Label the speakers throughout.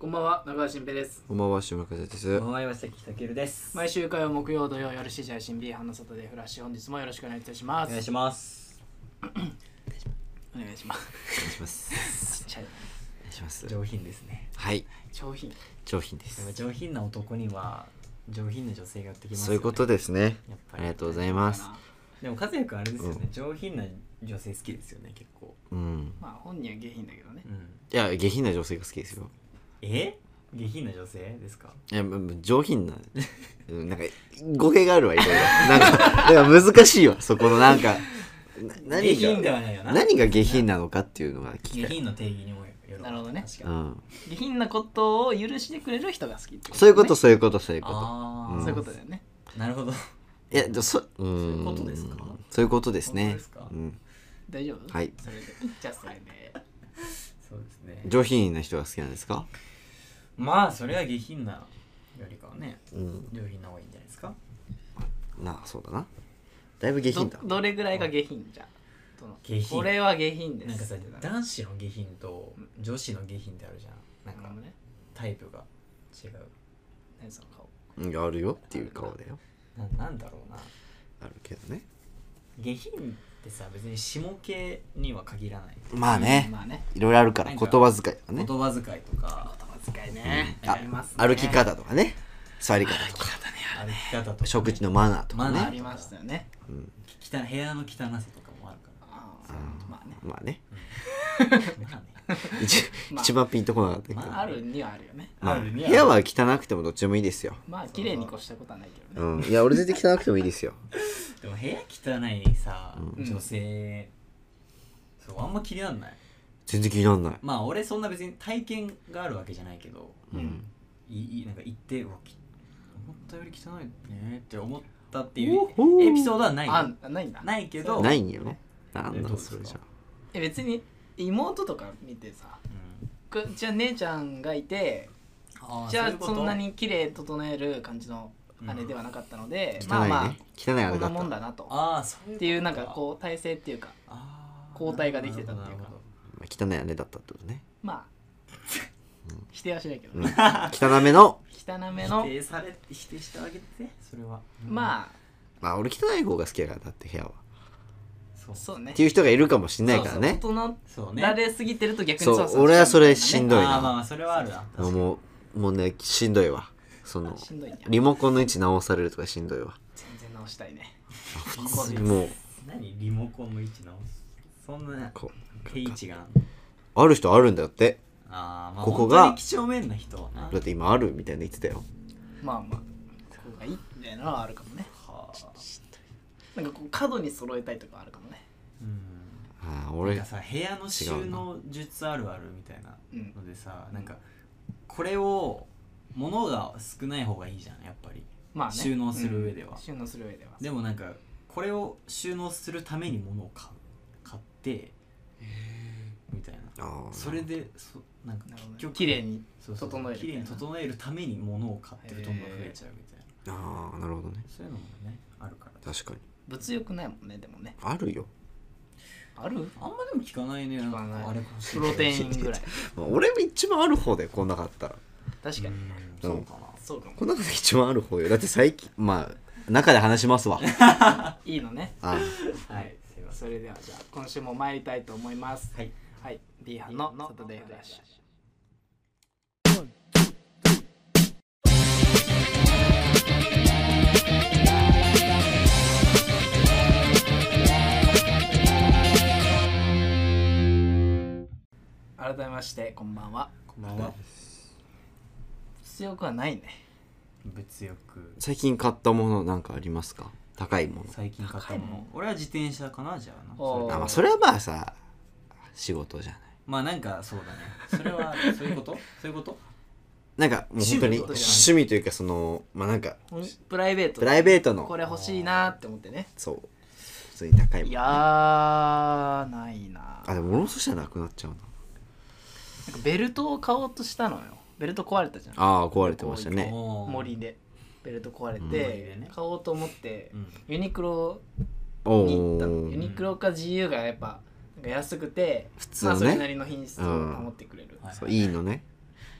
Speaker 1: こんばんは、中川新平です。
Speaker 2: こんばんは、下風です。
Speaker 3: こんばんは、岩崎健です。
Speaker 1: 毎週火曜木曜土曜夜7時配信 B 班の外でフラッシュ、本日もよろしくお願いいたします。
Speaker 3: お願いします。
Speaker 1: お願いします。
Speaker 2: お願いします。
Speaker 1: ちっちゃい。
Speaker 2: お願いします。
Speaker 3: 上品ですね。
Speaker 2: はい。
Speaker 1: 上品。
Speaker 2: 上品です。
Speaker 3: 上品な男には上品な女性が寄ってきますよね。
Speaker 2: そういうことですね。
Speaker 3: やっぱり
Speaker 2: ありがとうございます。
Speaker 3: でも和也くんあれですよね、上品な女性好きですよね、結構。
Speaker 1: まあ本人は下品だけどね。
Speaker 2: いや、下品な女性が好きですよ。
Speaker 3: 下品な女性ですか？
Speaker 2: いや、上品な、なんか語弊があるわ、いろいろ。なんか難しいわ、そこのなんか。
Speaker 3: 下品ではないよな。
Speaker 2: 何が下品なのかっていうのが聞きたい。
Speaker 3: 下品の定義にもよる。
Speaker 1: なるほどね。
Speaker 3: 確かに。
Speaker 1: 下品なことを許してくれる人が好きってことね。
Speaker 2: そういうこと、そういうこと、そういうこと。
Speaker 1: そういうことだよね。
Speaker 3: なるほど。
Speaker 2: いや、
Speaker 3: そういうことですか？
Speaker 2: そういうことですね。
Speaker 1: 大丈夫？
Speaker 2: はい。
Speaker 1: それで。じゃあそれで。
Speaker 3: そうですね。
Speaker 2: 上品な人が好きなんですか？
Speaker 3: まあ、それは下品なよりかはね、上品な方がいいんじゃないですか？
Speaker 2: そうだな。だいぶ下品だ。
Speaker 1: どれぐらいが下品じゃん。
Speaker 3: 下品。
Speaker 1: これは下品です。
Speaker 3: なんかさ、男子の下品と女子の下品ってあるじゃん。なんかタイプが違う。
Speaker 1: 何その顔。
Speaker 2: いや、あるよっていう顔だよ。
Speaker 3: なんだろうな。
Speaker 2: あるけどね。
Speaker 3: 下品ってさ、別に下系には限らない。
Speaker 2: まあね。いろいろあるから、言葉遣いとかね。
Speaker 3: 言葉遣いとか。
Speaker 1: 言葉遣いね。ありますね。
Speaker 2: 歩き方とかね。座り方とか。
Speaker 3: 歩き方とか。
Speaker 2: 食事のマナーとかね。
Speaker 1: ありましたよね。
Speaker 3: 部屋の汚さとかもあるから。
Speaker 2: まあね。一番ピンとこなかったけど。
Speaker 1: あるにはあるよね。
Speaker 2: 部屋は汚くてもどっちでもいいですよ。
Speaker 1: まあ綺麗に越したことはないけどね。
Speaker 2: いや、俺全然汚くてもいいですよ。
Speaker 3: でも部屋汚いさ、女性、そうあんま気になんない。
Speaker 2: 全然気になんない。
Speaker 3: まあ俺そんな別に体験があるわけじゃないけど、なんか行って思ったより汚いねって思ったっていうエピソードはない。
Speaker 1: ないんだ。
Speaker 3: ないけど。
Speaker 2: ないんよね。なんだそれじゃ。
Speaker 1: 別に妹とか見てさ、じゃあ姉ちゃんがいて、じゃあそんなに綺麗整える感じのあれではなかったので、まあまあ
Speaker 2: 汚いあれだった。
Speaker 1: こんなもんだなと。っていうなんかこう体制っていうか交代ができてたっていうか。
Speaker 2: 汚いあれだったってことね。
Speaker 1: まあ否定はしないけどね。
Speaker 2: 汚めの
Speaker 3: 否定してあげて、それは。
Speaker 2: まあ俺汚い方が好きだから、だって部屋は。
Speaker 1: そうね。
Speaker 2: っていう人がいるかもしれないからね。
Speaker 1: 整られすぎてると逆に
Speaker 2: そう、俺はそれしんどいな。
Speaker 3: まあそれはあるな。
Speaker 2: もうね、しんどいわ。そのリモコンの位置直されるとかしんどいわ。
Speaker 1: 全然直したいね。
Speaker 2: もう
Speaker 3: 何リモコンの位置直す？そんな定位置が
Speaker 2: ある人あるんだよって。ここが
Speaker 3: 几帳面な人はな。
Speaker 2: だって今あるみたいな言ってたよ。
Speaker 1: まあここがいいみたいなのはあるかもね。なんかこう角に揃えたいとかあるかもね。
Speaker 3: 俺がさ、部屋の収納術あるあるみたいなのでさ、なんかこれを物が少ない方がいいじゃん、やっぱり。まあね。収納する上では。でもなんかこれを収納するために物を買ってみたいな。それでなんか結局
Speaker 1: 綺麗に整
Speaker 3: えるために物を買ってどんどん増えちゃうみたいな。
Speaker 2: なるほどね。
Speaker 3: そういうのもねあるから。
Speaker 2: 確かに。
Speaker 1: 物欲ないもんね、でもね。
Speaker 2: あるよ。
Speaker 1: ある？
Speaker 3: あんまでも聞かないね。あれ
Speaker 1: プロテインぐらい。
Speaker 2: 俺も一番ある方でこんなかったら。
Speaker 1: 確かに。
Speaker 3: そうかな。
Speaker 1: そうかも。
Speaker 2: こんなのが一番ある方よ。だって最近中で話しますわ。
Speaker 1: いいのね。
Speaker 3: はい。
Speaker 1: それではじゃあ今週も参りたいと思います。
Speaker 3: はい。
Speaker 1: B 班のサタデーフラッシュ。改めましてこんばんは。
Speaker 3: こんばんは。
Speaker 1: 物欲はないね。
Speaker 3: 物欲。
Speaker 2: 最近買ったものなんかありますか？高いもの。
Speaker 3: 最近買ったもの。俺は自転車かな、じゃあ
Speaker 2: まあそれはまあさ、仕事じゃない。
Speaker 3: まあなんかそうだね。それはそういうこと？そういうこと？
Speaker 2: なんかもう本当に趣味というかまあなんか
Speaker 1: プライベートのこれ欲しいなって思ってね。
Speaker 2: そう。普通に高いもの。
Speaker 1: いやーないな。
Speaker 2: でも物としてはなくなっちゃうな。
Speaker 1: なんかベルトを買おうとしたのよ。ベルト壊れたじゃん。
Speaker 2: 壊れてましたね。
Speaker 1: 森でベルト壊れて買おうと思ってユニクロに行ったの。ユニクロか GU がやっぱ安くて、
Speaker 2: 普通のね、
Speaker 1: それなりの品質を保ってくれる。
Speaker 2: いいのね。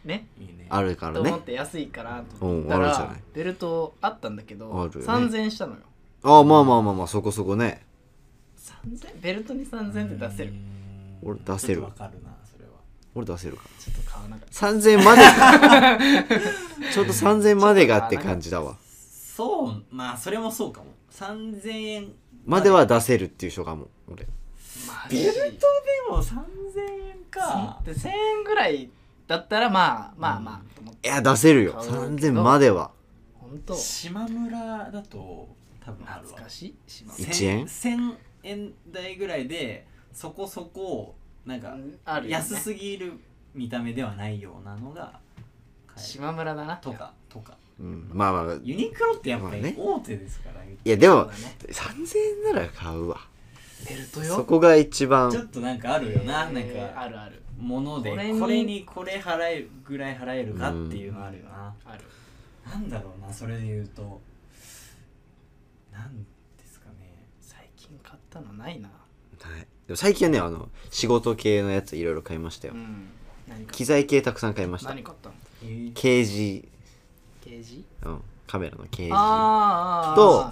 Speaker 1: ね
Speaker 2: あるからね
Speaker 1: と思って安いからと思ったらベルトあったんだけど3000円したのよ。
Speaker 2: ああまあまあまあまあそこそこね。
Speaker 1: 3000ベルトに3000円って出せる？
Speaker 2: 俺出せる。
Speaker 3: わかるなそれは。
Speaker 2: 俺出せるか。
Speaker 1: ちょっと買わなかった。
Speaker 2: 3000円までかちょっと3000円までがって感じだわ。
Speaker 3: そうまあそれもそうかも。3000円
Speaker 2: までは出せるっていう人かも俺。
Speaker 3: ベルトでも3000円か。
Speaker 1: で1000円ぐらいだったらまあと思って。
Speaker 2: いや出せるよ3000円までは。
Speaker 1: 本当。
Speaker 3: 島村だと多分あるわ。
Speaker 1: 懐かしい。
Speaker 2: 1円
Speaker 3: 1000円台ぐらいでそこそこなんか安すぎる見た目ではないようなのが
Speaker 1: 島村だな
Speaker 3: とか
Speaker 2: まあまあ
Speaker 3: ユニクロってやっぱり大手ですから、
Speaker 2: いやでも3000円なら買うわ。
Speaker 1: ベルトよ。
Speaker 2: そこが一番
Speaker 3: ちょっとなんかあるよな、なんか
Speaker 1: あるある
Speaker 3: ものでこれにこれ払えるぐらい払えるかっていうのあるよな。
Speaker 1: ある。
Speaker 3: なんだろうなそれで言うとなんですかね。
Speaker 1: 最近買ったのないな。
Speaker 2: はい、でも最近はね仕事系のやついろいろ買いましたよ、機材系たくさん買いました。
Speaker 1: 何買ったの？
Speaker 2: ケージ、カメラのケージと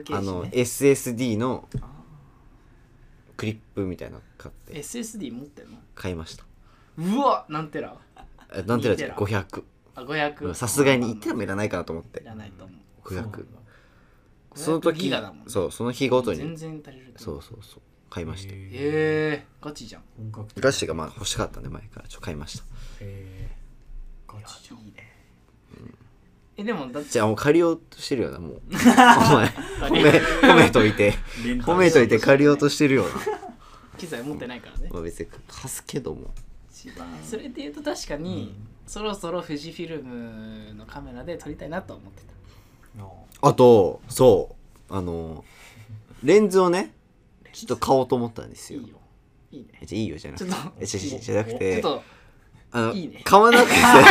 Speaker 2: SSD のクリップみたいなの買って。
Speaker 1: SSD 持ってんの？
Speaker 2: 買いました。
Speaker 1: うわ何テラ？
Speaker 2: 何テラじゃ500。
Speaker 1: 500。
Speaker 2: さすがに1テラもいらないかなと思って。
Speaker 1: いらないと思う。
Speaker 2: 500。その時そうその日ごとに
Speaker 1: 全然足りる。
Speaker 2: そう買いました。
Speaker 1: ガチじゃん。
Speaker 2: ガチがまあ欲しかったんで前から買いました。
Speaker 3: ガチじゃん。いい
Speaker 1: ね。でもだって
Speaker 2: じゃあもう借りようとしてるよなもう。お前褒めといて借りようとしてるよな。
Speaker 1: 機材持ってないからね。
Speaker 2: まあ別に貸すけども。
Speaker 1: それで言うと確かにそろそろ富士フィルムのカメラで撮りたいなと思ってた。
Speaker 2: あとそうレンズをねちょっと買おうと思ったんですよ。いいよ。
Speaker 1: いいね。
Speaker 2: じゃいいよじゃなくて。じゃなく
Speaker 1: て。
Speaker 2: いいね。買わなく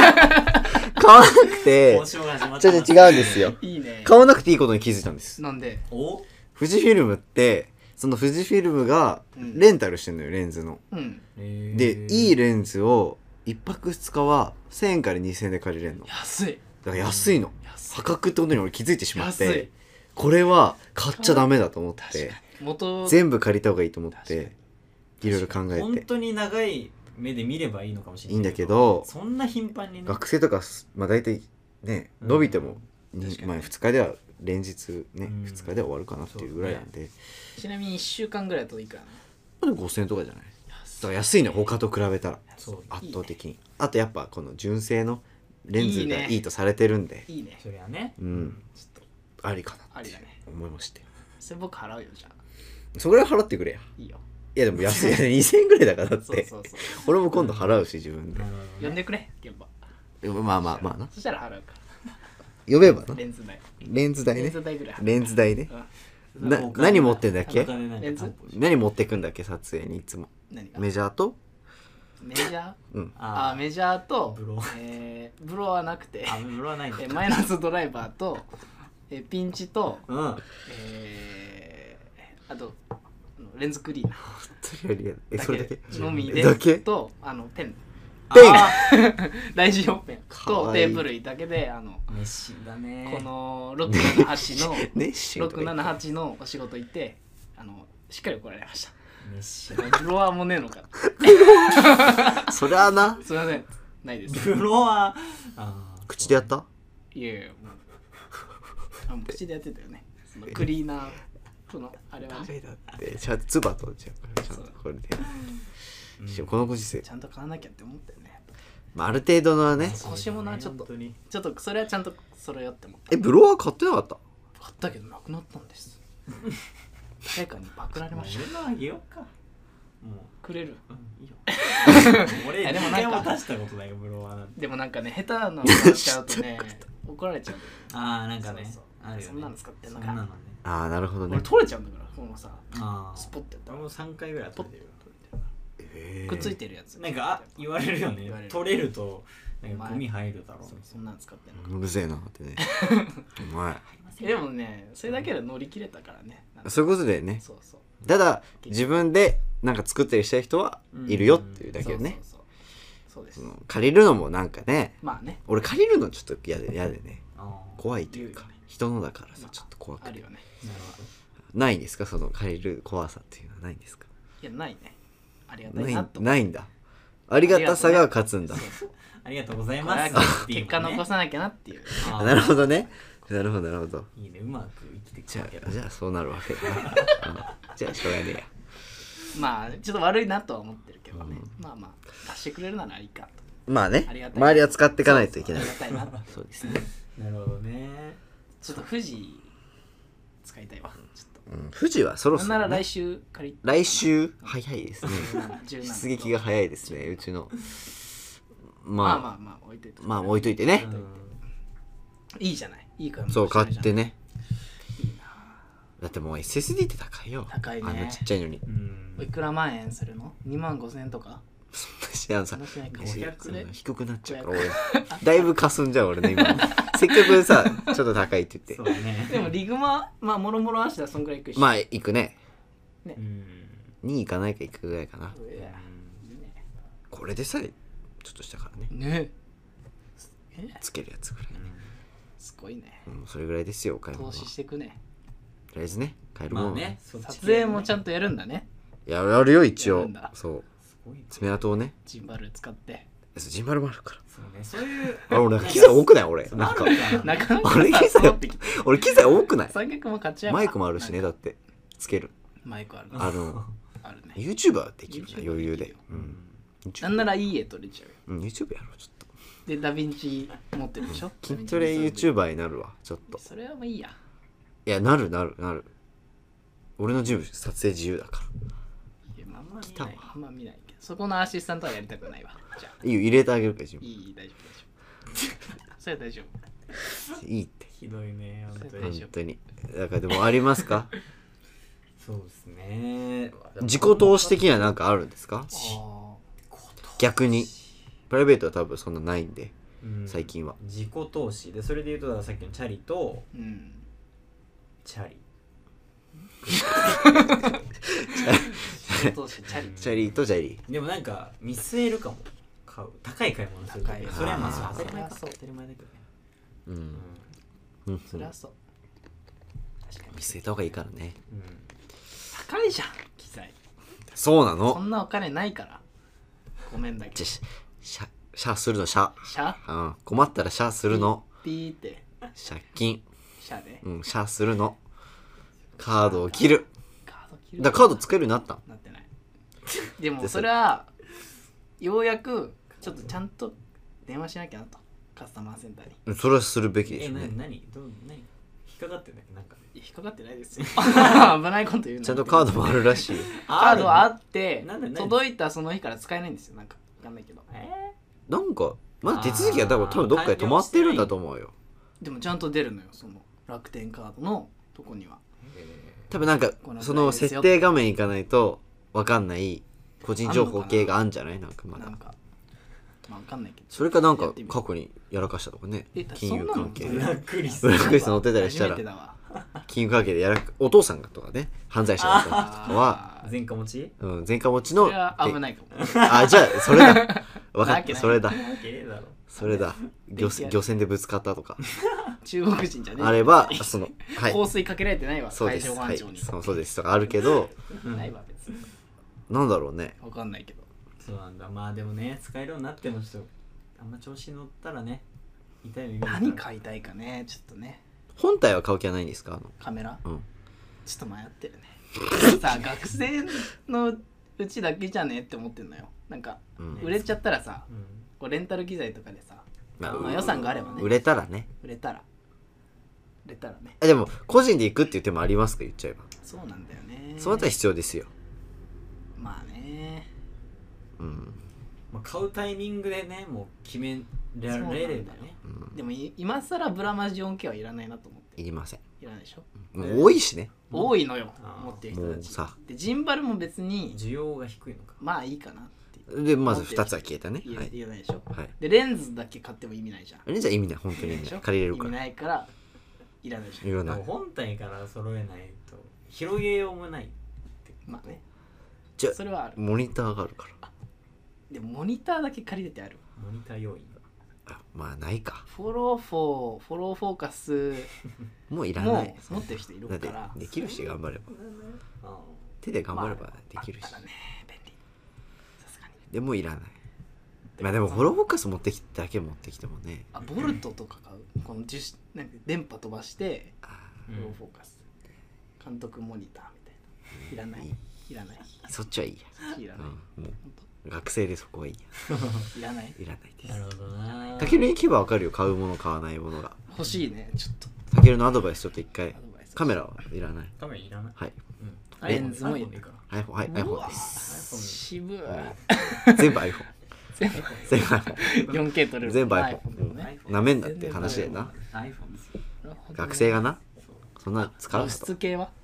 Speaker 2: てちょっと違うんですよ。いいね。買わなくていいことに気づいたんです。
Speaker 1: なんで？
Speaker 2: 富士フィルムってその富士フィルムがレンタルしてんのよレンズの。でいいレンズを1泊2日は1000円から2000円で借りれるの。
Speaker 1: 安い。
Speaker 2: だから安いの。破格ってことに俺気づいてしまって、これは買っちゃダメだと思って。全部借りた方がいいと思っていろいろ考えて。
Speaker 3: 本当に長い目で見ればいいのかもしれない。
Speaker 2: いいんだけど
Speaker 3: そんな頻繁にね。
Speaker 2: 学生とかまあ大体ね伸びても2日では連日ね2日では終わるかなっていうぐらいなんで。
Speaker 1: ちなみに1週間ぐらいだといくら
Speaker 2: なの？5000円とかじゃない？だから安いね他と比べたら圧倒的に。あとやっぱこの純正のレンズがいいとされてるんで
Speaker 1: いいね。
Speaker 3: そりゃね。
Speaker 1: ちょっ
Speaker 2: とありかなって思いまして。
Speaker 1: それ僕払うよじゃあ。
Speaker 2: それぐらい払ってくれや。
Speaker 1: いいよ。
Speaker 2: いやでも安い2000円ぐらいだからだって俺も今度払うし自分で。
Speaker 1: 呼んでくれ現場。
Speaker 2: まあな。
Speaker 1: そしたら払うから。
Speaker 2: 呼べばな。
Speaker 1: レンズ代ね。
Speaker 2: レンズ代ね。何持ってんだっけ？何持ってくんだっけ撮影にいつも。メジャーと？
Speaker 1: メジャー？メジャーとブロはなくて。
Speaker 3: ブロはないんだ。
Speaker 1: マイナスドライバーとピンチとあとレンズクリーナー
Speaker 2: それだけ
Speaker 1: のみでとペン大事用ペンとテープ類だけで
Speaker 3: 熱心だね。
Speaker 1: この678のお仕事行ってしっかり怒られました。熱心。ブロワーもねえのか。
Speaker 2: そりゃな。
Speaker 1: すいませんないです。
Speaker 3: ブロワ
Speaker 2: ー口でやった？
Speaker 1: いや口でやってたよね。そのクリーナーあれは
Speaker 2: ダメだってちゃんと唾とちゃんとこれでこのご時世
Speaker 1: ちゃんと買わなきゃって思ったよね。
Speaker 2: ある程度のね
Speaker 1: 腰もなちょっとそれはちゃんとそれやっても
Speaker 2: ブロワー買ってなかった？
Speaker 1: 買ったけどなくなったんです。誰かにパクられました。
Speaker 3: 俺のあげようか。も
Speaker 1: うくれる？
Speaker 3: いいよ。俺一回も出したことないよブロワーなんて。
Speaker 1: でもなんかね下手なの使っちゃうとね怒られちゃう。
Speaker 3: なんかね
Speaker 1: そんなの使ってんのかな。
Speaker 2: なるほどね。
Speaker 1: 俺取れちゃうんだからこのさスポッてやったら
Speaker 3: もう3回ぐらい取ってるよ。
Speaker 1: くっついてるやつ
Speaker 3: なんか言われるよね。取れるとなんかゴミ入るだろう。
Speaker 1: そんなの使ってんの。
Speaker 2: うるせえなってね。お前
Speaker 1: でもねそれだけで乗り切れたからね。
Speaker 2: そういうことだよね。ただ自分でなんか作ったりしたい人はいるよっていうだけよね。
Speaker 1: そうです。
Speaker 2: 借りるのもなんかね、
Speaker 1: まあね、
Speaker 2: 俺借りるのちょっと嫌でね、怖いというか、人のだからさ、ちょっと怖くて。
Speaker 1: あるよね。
Speaker 2: ないんですか、その借りる怖さっていうのはないんですか。
Speaker 1: いや、ないね。ありがたいなと。
Speaker 2: ないんだ。ありがたさが勝つんだ。
Speaker 3: ありがとうございます。
Speaker 1: 結果残さなきゃなっていう。
Speaker 2: なるほどね。なるほどなるほど。
Speaker 3: いいね、うまく生きてくる。
Speaker 2: じゃあそうなるわけだ。じゃあしょうがねえや。
Speaker 1: まあちょっと悪いなとは思ってるけどね。まあまあ貸してくれるならいいかと。
Speaker 2: まあね、周りは使っていかないといけない。
Speaker 1: そうですね。
Speaker 3: なるほどね。
Speaker 1: ちょっと富士使いたいわ。ちょっと。
Speaker 2: 富士はそろそろ。
Speaker 1: なんなら来週借り。
Speaker 2: 来週早いですね。出撃が早いですね。うちの。
Speaker 1: まあ置いといて。
Speaker 2: まあ置いといてね。
Speaker 1: いいじゃない。いいから。
Speaker 2: そう買ってね。だってもう SSD って高いよ。
Speaker 1: 高いね。
Speaker 2: あんなちっちゃいのに。
Speaker 1: いくら万円するの？2万5千円とか？
Speaker 2: 知らんさ。低くなっちゃうから俺。だいぶかすんじゃう俺ね今。せっかくさちょっと高いって言って。
Speaker 1: でもリグマまあもろもろ合わせたらそんぐらいいくし。
Speaker 2: まあいくね。2いかないかいくぐらいかな。これでさえちょっとしたからね。
Speaker 1: ね。
Speaker 2: つけるやつぐらいね。
Speaker 1: すごいね。
Speaker 2: それぐらいですよお買い物は。
Speaker 1: 投資していくね。
Speaker 2: とりあえずね買えるものね。
Speaker 1: 撮影もちゃんとやるんだね。
Speaker 2: やるよ一応。そう。爪痕をね。
Speaker 1: ジンバル使って。
Speaker 2: ジンバルもあるから。
Speaker 3: そういう
Speaker 2: 俺機材多くない俺。なんか俺機材多くない。
Speaker 1: 三脚も買っちゃう。
Speaker 2: マイクもあるしねだってつける。
Speaker 1: マイクある。
Speaker 2: あるね。YouTuber できるな余裕で。
Speaker 1: なんならいい絵撮れちゃうよ。
Speaker 2: YouTube やろうちょっと。
Speaker 1: でダヴィンチ持ってるでしょ。
Speaker 2: 筋トレ YouTuber になるわちょっと。
Speaker 1: それはもういいや。
Speaker 2: いやなる。俺のジム撮影自由だから。
Speaker 1: いやまあまあ見ないけど、そこのアシスタントはやりたくないわ。じゃあ
Speaker 2: いいよ入れてあげるから自分。
Speaker 1: いい大丈夫それは大丈
Speaker 2: 夫。いいって。
Speaker 3: ひどいね
Speaker 2: 本当に。だからでもありますか。
Speaker 3: そうですね。
Speaker 2: 自己投資的には何かあるんですか。逆にプライベートは多分そんなないんで、最近は
Speaker 3: 自己投資で、それで言うとだからさっきのチャリと、チャリ
Speaker 2: チャリとジャリ
Speaker 3: でもなんか見据えるかも。買う高い買い物するとき、それはまあ当たり前だけどね。
Speaker 1: そりゃそう。
Speaker 2: 確かに見据えた方がいいからね。
Speaker 1: 高いじゃん機材。
Speaker 2: そうなの。
Speaker 1: そんなお金ないから。ごめんだけど。
Speaker 2: シャするのシャ。困ったらシャするの。
Speaker 1: ピーって
Speaker 2: 借金。
Speaker 1: シャで。
Speaker 2: シャするの。カードを切る。だからカード使えるようになった。
Speaker 1: なってない。でもそれはようやくちょっとちゃんと電話しなきゃなと、カスタマーセンターに。
Speaker 2: それはするべきでしょうね。
Speaker 3: 何引っかかってんだっけ。なんか
Speaker 1: 引っかかってないですよ。危ないこと言うの。
Speaker 2: ちゃんとカードもあるらしい。
Speaker 1: カードはあって届いたその日から使えないんですよ。なんかわかんないけど。
Speaker 2: なんかまだ手続きが多分どっかで止まってるんだと思うよ。
Speaker 1: でもちゃんと出るのよ、その楽天カードのとこには。
Speaker 2: 多分なんかその設定画面行かないとわかんない個人情報系があんじゃない。なんかまだ。まあわかんないけど。それかなんか過去にやらかしたとかね。金融関係で。ブラックリスト乗ってたりしたら。金融関係でお父さんがとかね、犯罪者だったとかは
Speaker 3: 前科持ち？
Speaker 2: 前科持ちの。
Speaker 1: それは危ないかも。
Speaker 2: じゃあそれだ。分かった、それだ。それだ。漁船でぶつかったとか。
Speaker 1: 中国人じゃねえ。
Speaker 2: あればその
Speaker 1: 香水かけられてないわ。
Speaker 2: そうです。そうですとかあるけど。
Speaker 1: ないわ別に。
Speaker 2: なんだろうね。
Speaker 1: わかんないけど。
Speaker 3: そうなんだ。まあでもね、使えるようになってもちょっとあんま調子乗ったらね、痛いの。
Speaker 1: 何買いたいかね、ちょっとね。
Speaker 2: 本体は買う気はないんですか。
Speaker 1: カメラ？ちょっと迷ってるね。さあ学生のうちだけじゃねって思ってんのよ。なんか売れちゃったらさ、こうレンタル機材とかでさ、まあ予算があればね。
Speaker 2: 売れたらね。でも個人で行くっていう手もありますか。言っちゃえば。
Speaker 1: そうなんだよね。
Speaker 2: そうなったら必要ですよ。
Speaker 1: まあね。
Speaker 3: 買うタイミングでね、もう決められればね。
Speaker 1: でも今更ブラマジ音系はいらないなと思って。
Speaker 2: いりません。
Speaker 1: いらないでしょ。
Speaker 2: もう多いしね。
Speaker 1: 多いのよ。持ってる人たち。でジンバルも別に
Speaker 3: 需要が低いのか。
Speaker 1: まあいいかなって。
Speaker 2: でまず2つは消えたね。
Speaker 1: いらないでしょ。でレンズだけ買っても意味ないじゃん。
Speaker 2: レンズは意味ない、本当に意味ない。借りれるから。
Speaker 1: 意味ないからいらないでしょ。
Speaker 2: いらない。
Speaker 3: 本体から揃えないと広げようもない。
Speaker 1: まあね。
Speaker 2: じゃあそれはある。モニターがあるから。
Speaker 1: でもモニターだけ借りててある。
Speaker 3: モニター用意
Speaker 2: まあないか。
Speaker 1: フォローフォーカス
Speaker 2: もういらない。
Speaker 1: 持ってる人いるから。
Speaker 2: できるし頑張れば。手で頑張ればできるし。
Speaker 1: 便利。さすがに。
Speaker 2: でもいらない。まあでもフォローフォーカス持ってきてだけ持ってきてもね。
Speaker 1: ボルトとか買う。このなんか電波飛ばしてフォローフォーカス。監督モニターみたいな。いらない。
Speaker 2: そっちはいいや。
Speaker 1: いらない。
Speaker 2: 学生でそこはいいや。
Speaker 1: いらない
Speaker 2: です。
Speaker 3: なるほどな。
Speaker 2: たけるに行けば分かるよ、買うもの買わないものが。
Speaker 1: 欲しいね、ちょっと。
Speaker 2: たけるのアドバイスちょっと一回。カメラはいらない。
Speaker 3: カメラいらない。
Speaker 2: はい。
Speaker 1: レンズもいい
Speaker 2: から。iPhone です。
Speaker 1: 渋い。
Speaker 2: 全部 iPhone。全部
Speaker 1: iPhone。4K 撮れる。
Speaker 2: 全部 iPhone。なめんなって話でな。学生がな、そんな使う
Speaker 1: 人。露出系は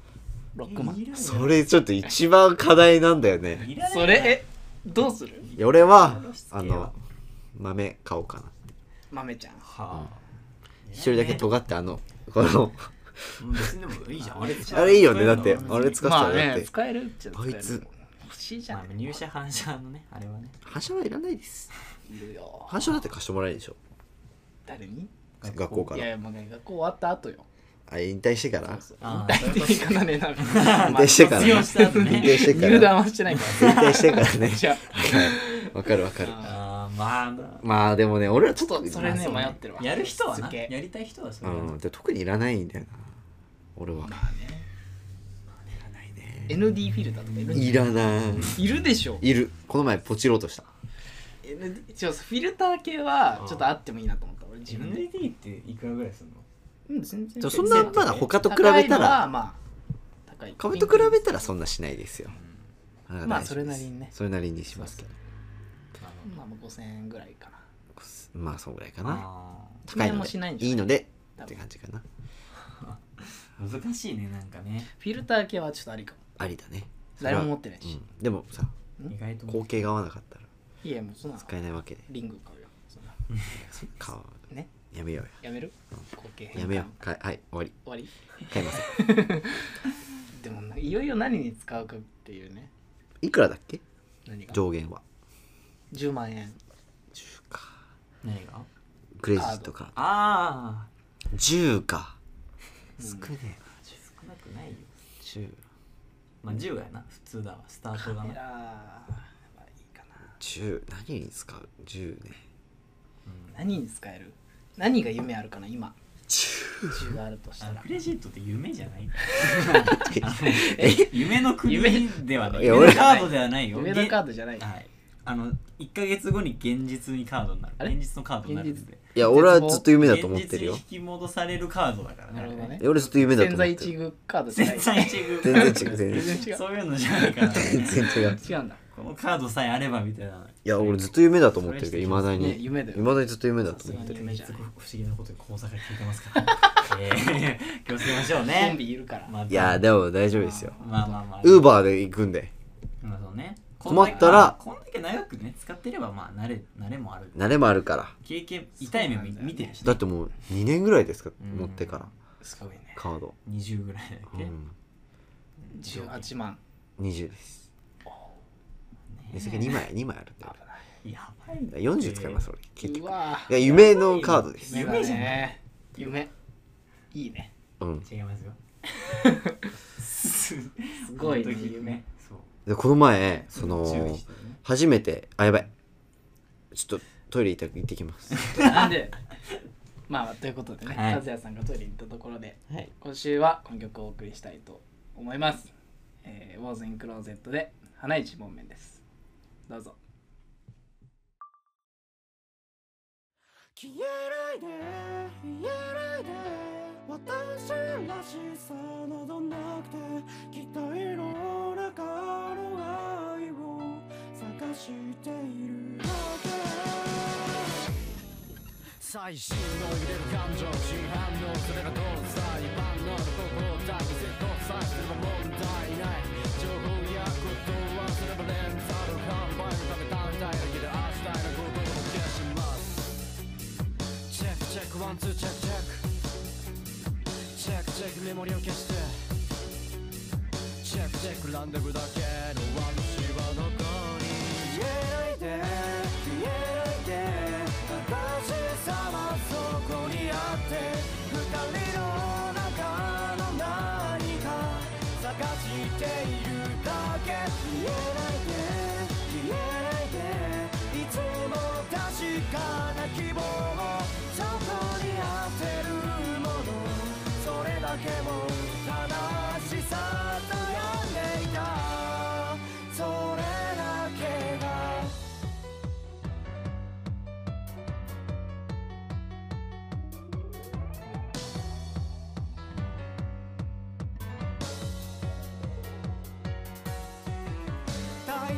Speaker 1: 6万。
Speaker 2: それちょっと一番課題なんだよね。
Speaker 1: それどうする？
Speaker 2: 俺は豆買おうかなって。
Speaker 1: 豆ちゃん。
Speaker 2: 一人だけ尖ってこの
Speaker 3: 別にでもいいじゃん。
Speaker 2: あれいいよね。だってあれ使ってたらだって
Speaker 1: 使えるっちゃ
Speaker 2: あいつ
Speaker 1: 欲しいじゃん。
Speaker 3: 入社反射のね、あれはね。
Speaker 2: 反射はいらないです。
Speaker 1: いるよ。
Speaker 2: 反射だって貸してもらえるでしょ。
Speaker 1: 誰に？
Speaker 2: 学校から。
Speaker 1: いや学校終わった後よ。
Speaker 2: 引退してから。
Speaker 1: 引退っていかなねな。引
Speaker 2: 退してから。
Speaker 1: 引退してから。入団はしてないから。
Speaker 2: 引退してからね。わかる。まあでもね、俺はちょっと
Speaker 1: それね迷ってるわ。
Speaker 3: やる人はな、やりたい人はそ
Speaker 2: れ。特にいらないんだよな。俺は。
Speaker 1: まあね。いらないね。ND フィルターとかいる？
Speaker 2: いらない。
Speaker 1: いるでしょ。
Speaker 2: いる。この前ポチろうとした。
Speaker 1: フィルター系はちょっとあってもいいなと思った。俺自分で。
Speaker 3: ND っていくらぐらいするの？
Speaker 1: 全然
Speaker 2: そんなまだ他と比べたら
Speaker 1: 高い。
Speaker 2: 壁と比べたらそんなしないですよ。
Speaker 1: まあそれなりにね。
Speaker 2: それなりにしますけど。
Speaker 1: まあ5000円ぐらいかな。
Speaker 2: まあそんぐらいかな。
Speaker 1: 高いので
Speaker 2: いいのでって感じかな。
Speaker 3: 難しいね、なんかね。
Speaker 1: フィルター系はちょっとありかも。
Speaker 2: ありだね。
Speaker 1: 誰も持ってないし。
Speaker 2: でもさ、光景が合わなかったら
Speaker 1: いやもうそんな
Speaker 2: 使えないわけで。
Speaker 1: リング買うよ。
Speaker 2: 買う
Speaker 1: ね。
Speaker 2: やめようよ。
Speaker 1: やめる？
Speaker 2: やめよう。はい終わり。買いません。
Speaker 1: でもいよいよ何に使うかっていうね。
Speaker 2: いくらだっけ？
Speaker 1: 何が？
Speaker 2: 上限は
Speaker 1: 10万円。
Speaker 2: 10か。
Speaker 3: 何が？
Speaker 2: クレジットか。10か。少ねえな。
Speaker 3: 少なくないよ。
Speaker 2: 10。
Speaker 3: まあ10やな。普通だわ。スタートがな。
Speaker 1: いいかな。
Speaker 2: 10何に使う？10ね。
Speaker 1: 何に使える？何が夢あるかな今。10があるとしたら。
Speaker 3: クレジットって夢じゃない？夢の国ではない。
Speaker 2: 夢の
Speaker 3: カードではないよ。
Speaker 1: 夢のカードじゃない。
Speaker 3: はい。1ヶ月後に現実にカードになる。現実のカードになるんで。
Speaker 2: いや俺はずっと夢だと思ってるよ。
Speaker 3: 現実に引き戻されるカードだからね。
Speaker 1: なるほどね。
Speaker 2: 俺ずっと夢だと思ってる。
Speaker 1: 千載一遇カードじゃない。
Speaker 3: 千載一遇。
Speaker 2: 全然違う。
Speaker 3: そういうのじゃないから。
Speaker 2: 全然違う。
Speaker 1: 違うんだ。
Speaker 3: このカードさえあればみたいな。
Speaker 2: いや俺ずっと夢だと思ってるけど、いまだに
Speaker 1: 夢だよ。
Speaker 2: いまだにずっと夢だと思ってる。
Speaker 3: 不思議なことに講座が聞いてますから気をつけましょうね。
Speaker 1: コンビいるから。
Speaker 2: いやでも大丈夫ですよ。
Speaker 3: まあ
Speaker 2: ウーバーで行くんで。
Speaker 3: まあそうね。
Speaker 2: 困ったら
Speaker 3: こんだけ長くね使ってればまあ慣れもある。
Speaker 2: 慣れもあるから。
Speaker 3: 経験痛い目見てるし。
Speaker 2: だってもう2年ぐらいですか持ってから。
Speaker 1: すごいね。
Speaker 2: カード
Speaker 3: 20ぐらいだっけ
Speaker 1: ？18万。
Speaker 2: 20です。それが2枚あるんだよ。
Speaker 3: やばいね。
Speaker 2: 40使います俺結局。
Speaker 1: いや
Speaker 2: 夢のカードです。
Speaker 1: 夢じゃね。夢いいね。
Speaker 3: 違いますよ。す
Speaker 1: ごいね夢。
Speaker 2: でこの前初めてやばいちょっとトイレ行ってきます。
Speaker 1: なんでまあということでね、和也さんがトイレに行ったところで、今週はこの曲をお送りしたいと思います。ウォーズインクローゼットで花一門面です。どうぞ。
Speaker 4: 消えないで消えないで私らしさなどなくて期待の中の愛を探しているだけ最新の入れる感情新反応それがどうさ一般の心を託せどうさえすれば問題ない情報やことはすれば連鎖の販売のため単体だけで明日のことを消しますチェックチェックワンツーチェックチェックチェックメモリを消してチェックチェックランダムだけの私はどこに言えないで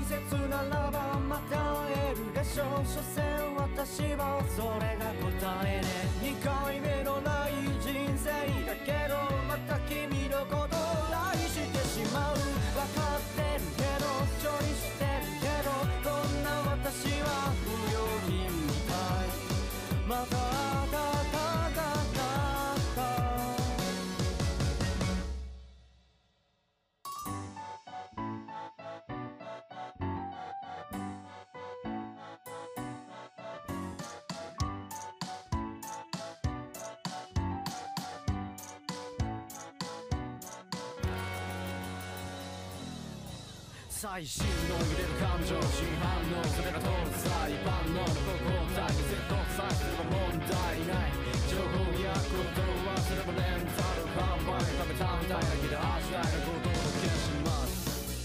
Speaker 4: 切ならばまた会えるでしょう。所詮私はそれが答えね。2回目のない人生だけどまた君のこと愛してしまう。分かってるけど処理してるけどこんな私は不良品みたい。また最新の揺れる感情新反応それが通る際万能の高校体にセットさえすれば問題ない情報やことを忘ればレンタル販売食べ単体だけで足台のことをお届けします。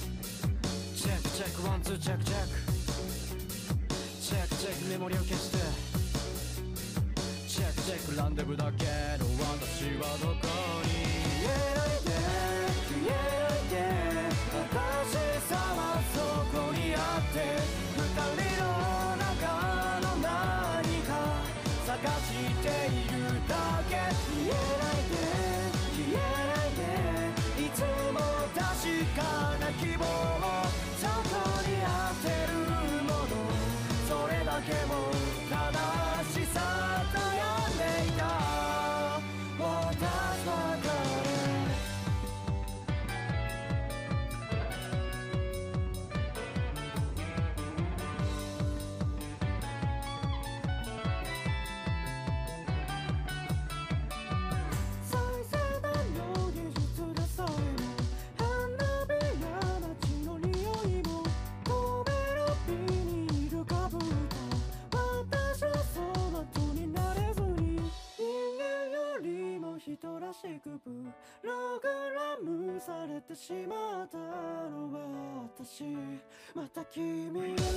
Speaker 4: チェックチェックワンツーチェックチェックチェックチェックメモリを消してチェックチェックランデブだけど私はどこに言えないで言えないで私さはそこにあって二人の中の何か探しているだけ。言えないで言えないでいつも確かな希望をそこにあってるものそれだけも正しさと呼んでいた私は人らしくプログラムされてしまったのは私また君の元へ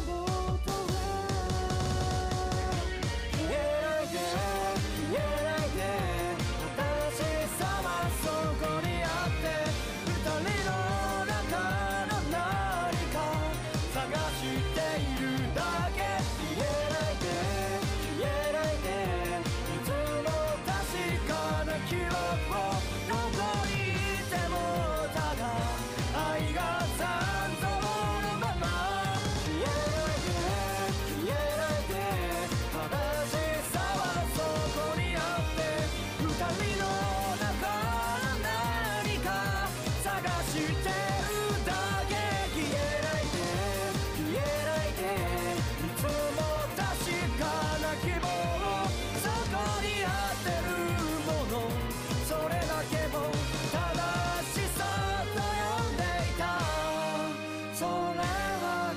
Speaker 4: 言えないで言えないで私さはそこにあって二人の中の何か探しているだけ。言えないで言えないでいつも確かな記憶をどこにいてもただ愛が残像のまま。言えないで言えないで正しさはそこにあって二人の中の何か探してるだけ。言えないで言えないでいつも確かな希望をそこにあってるものそれだけも正しさと呼んでいたそれは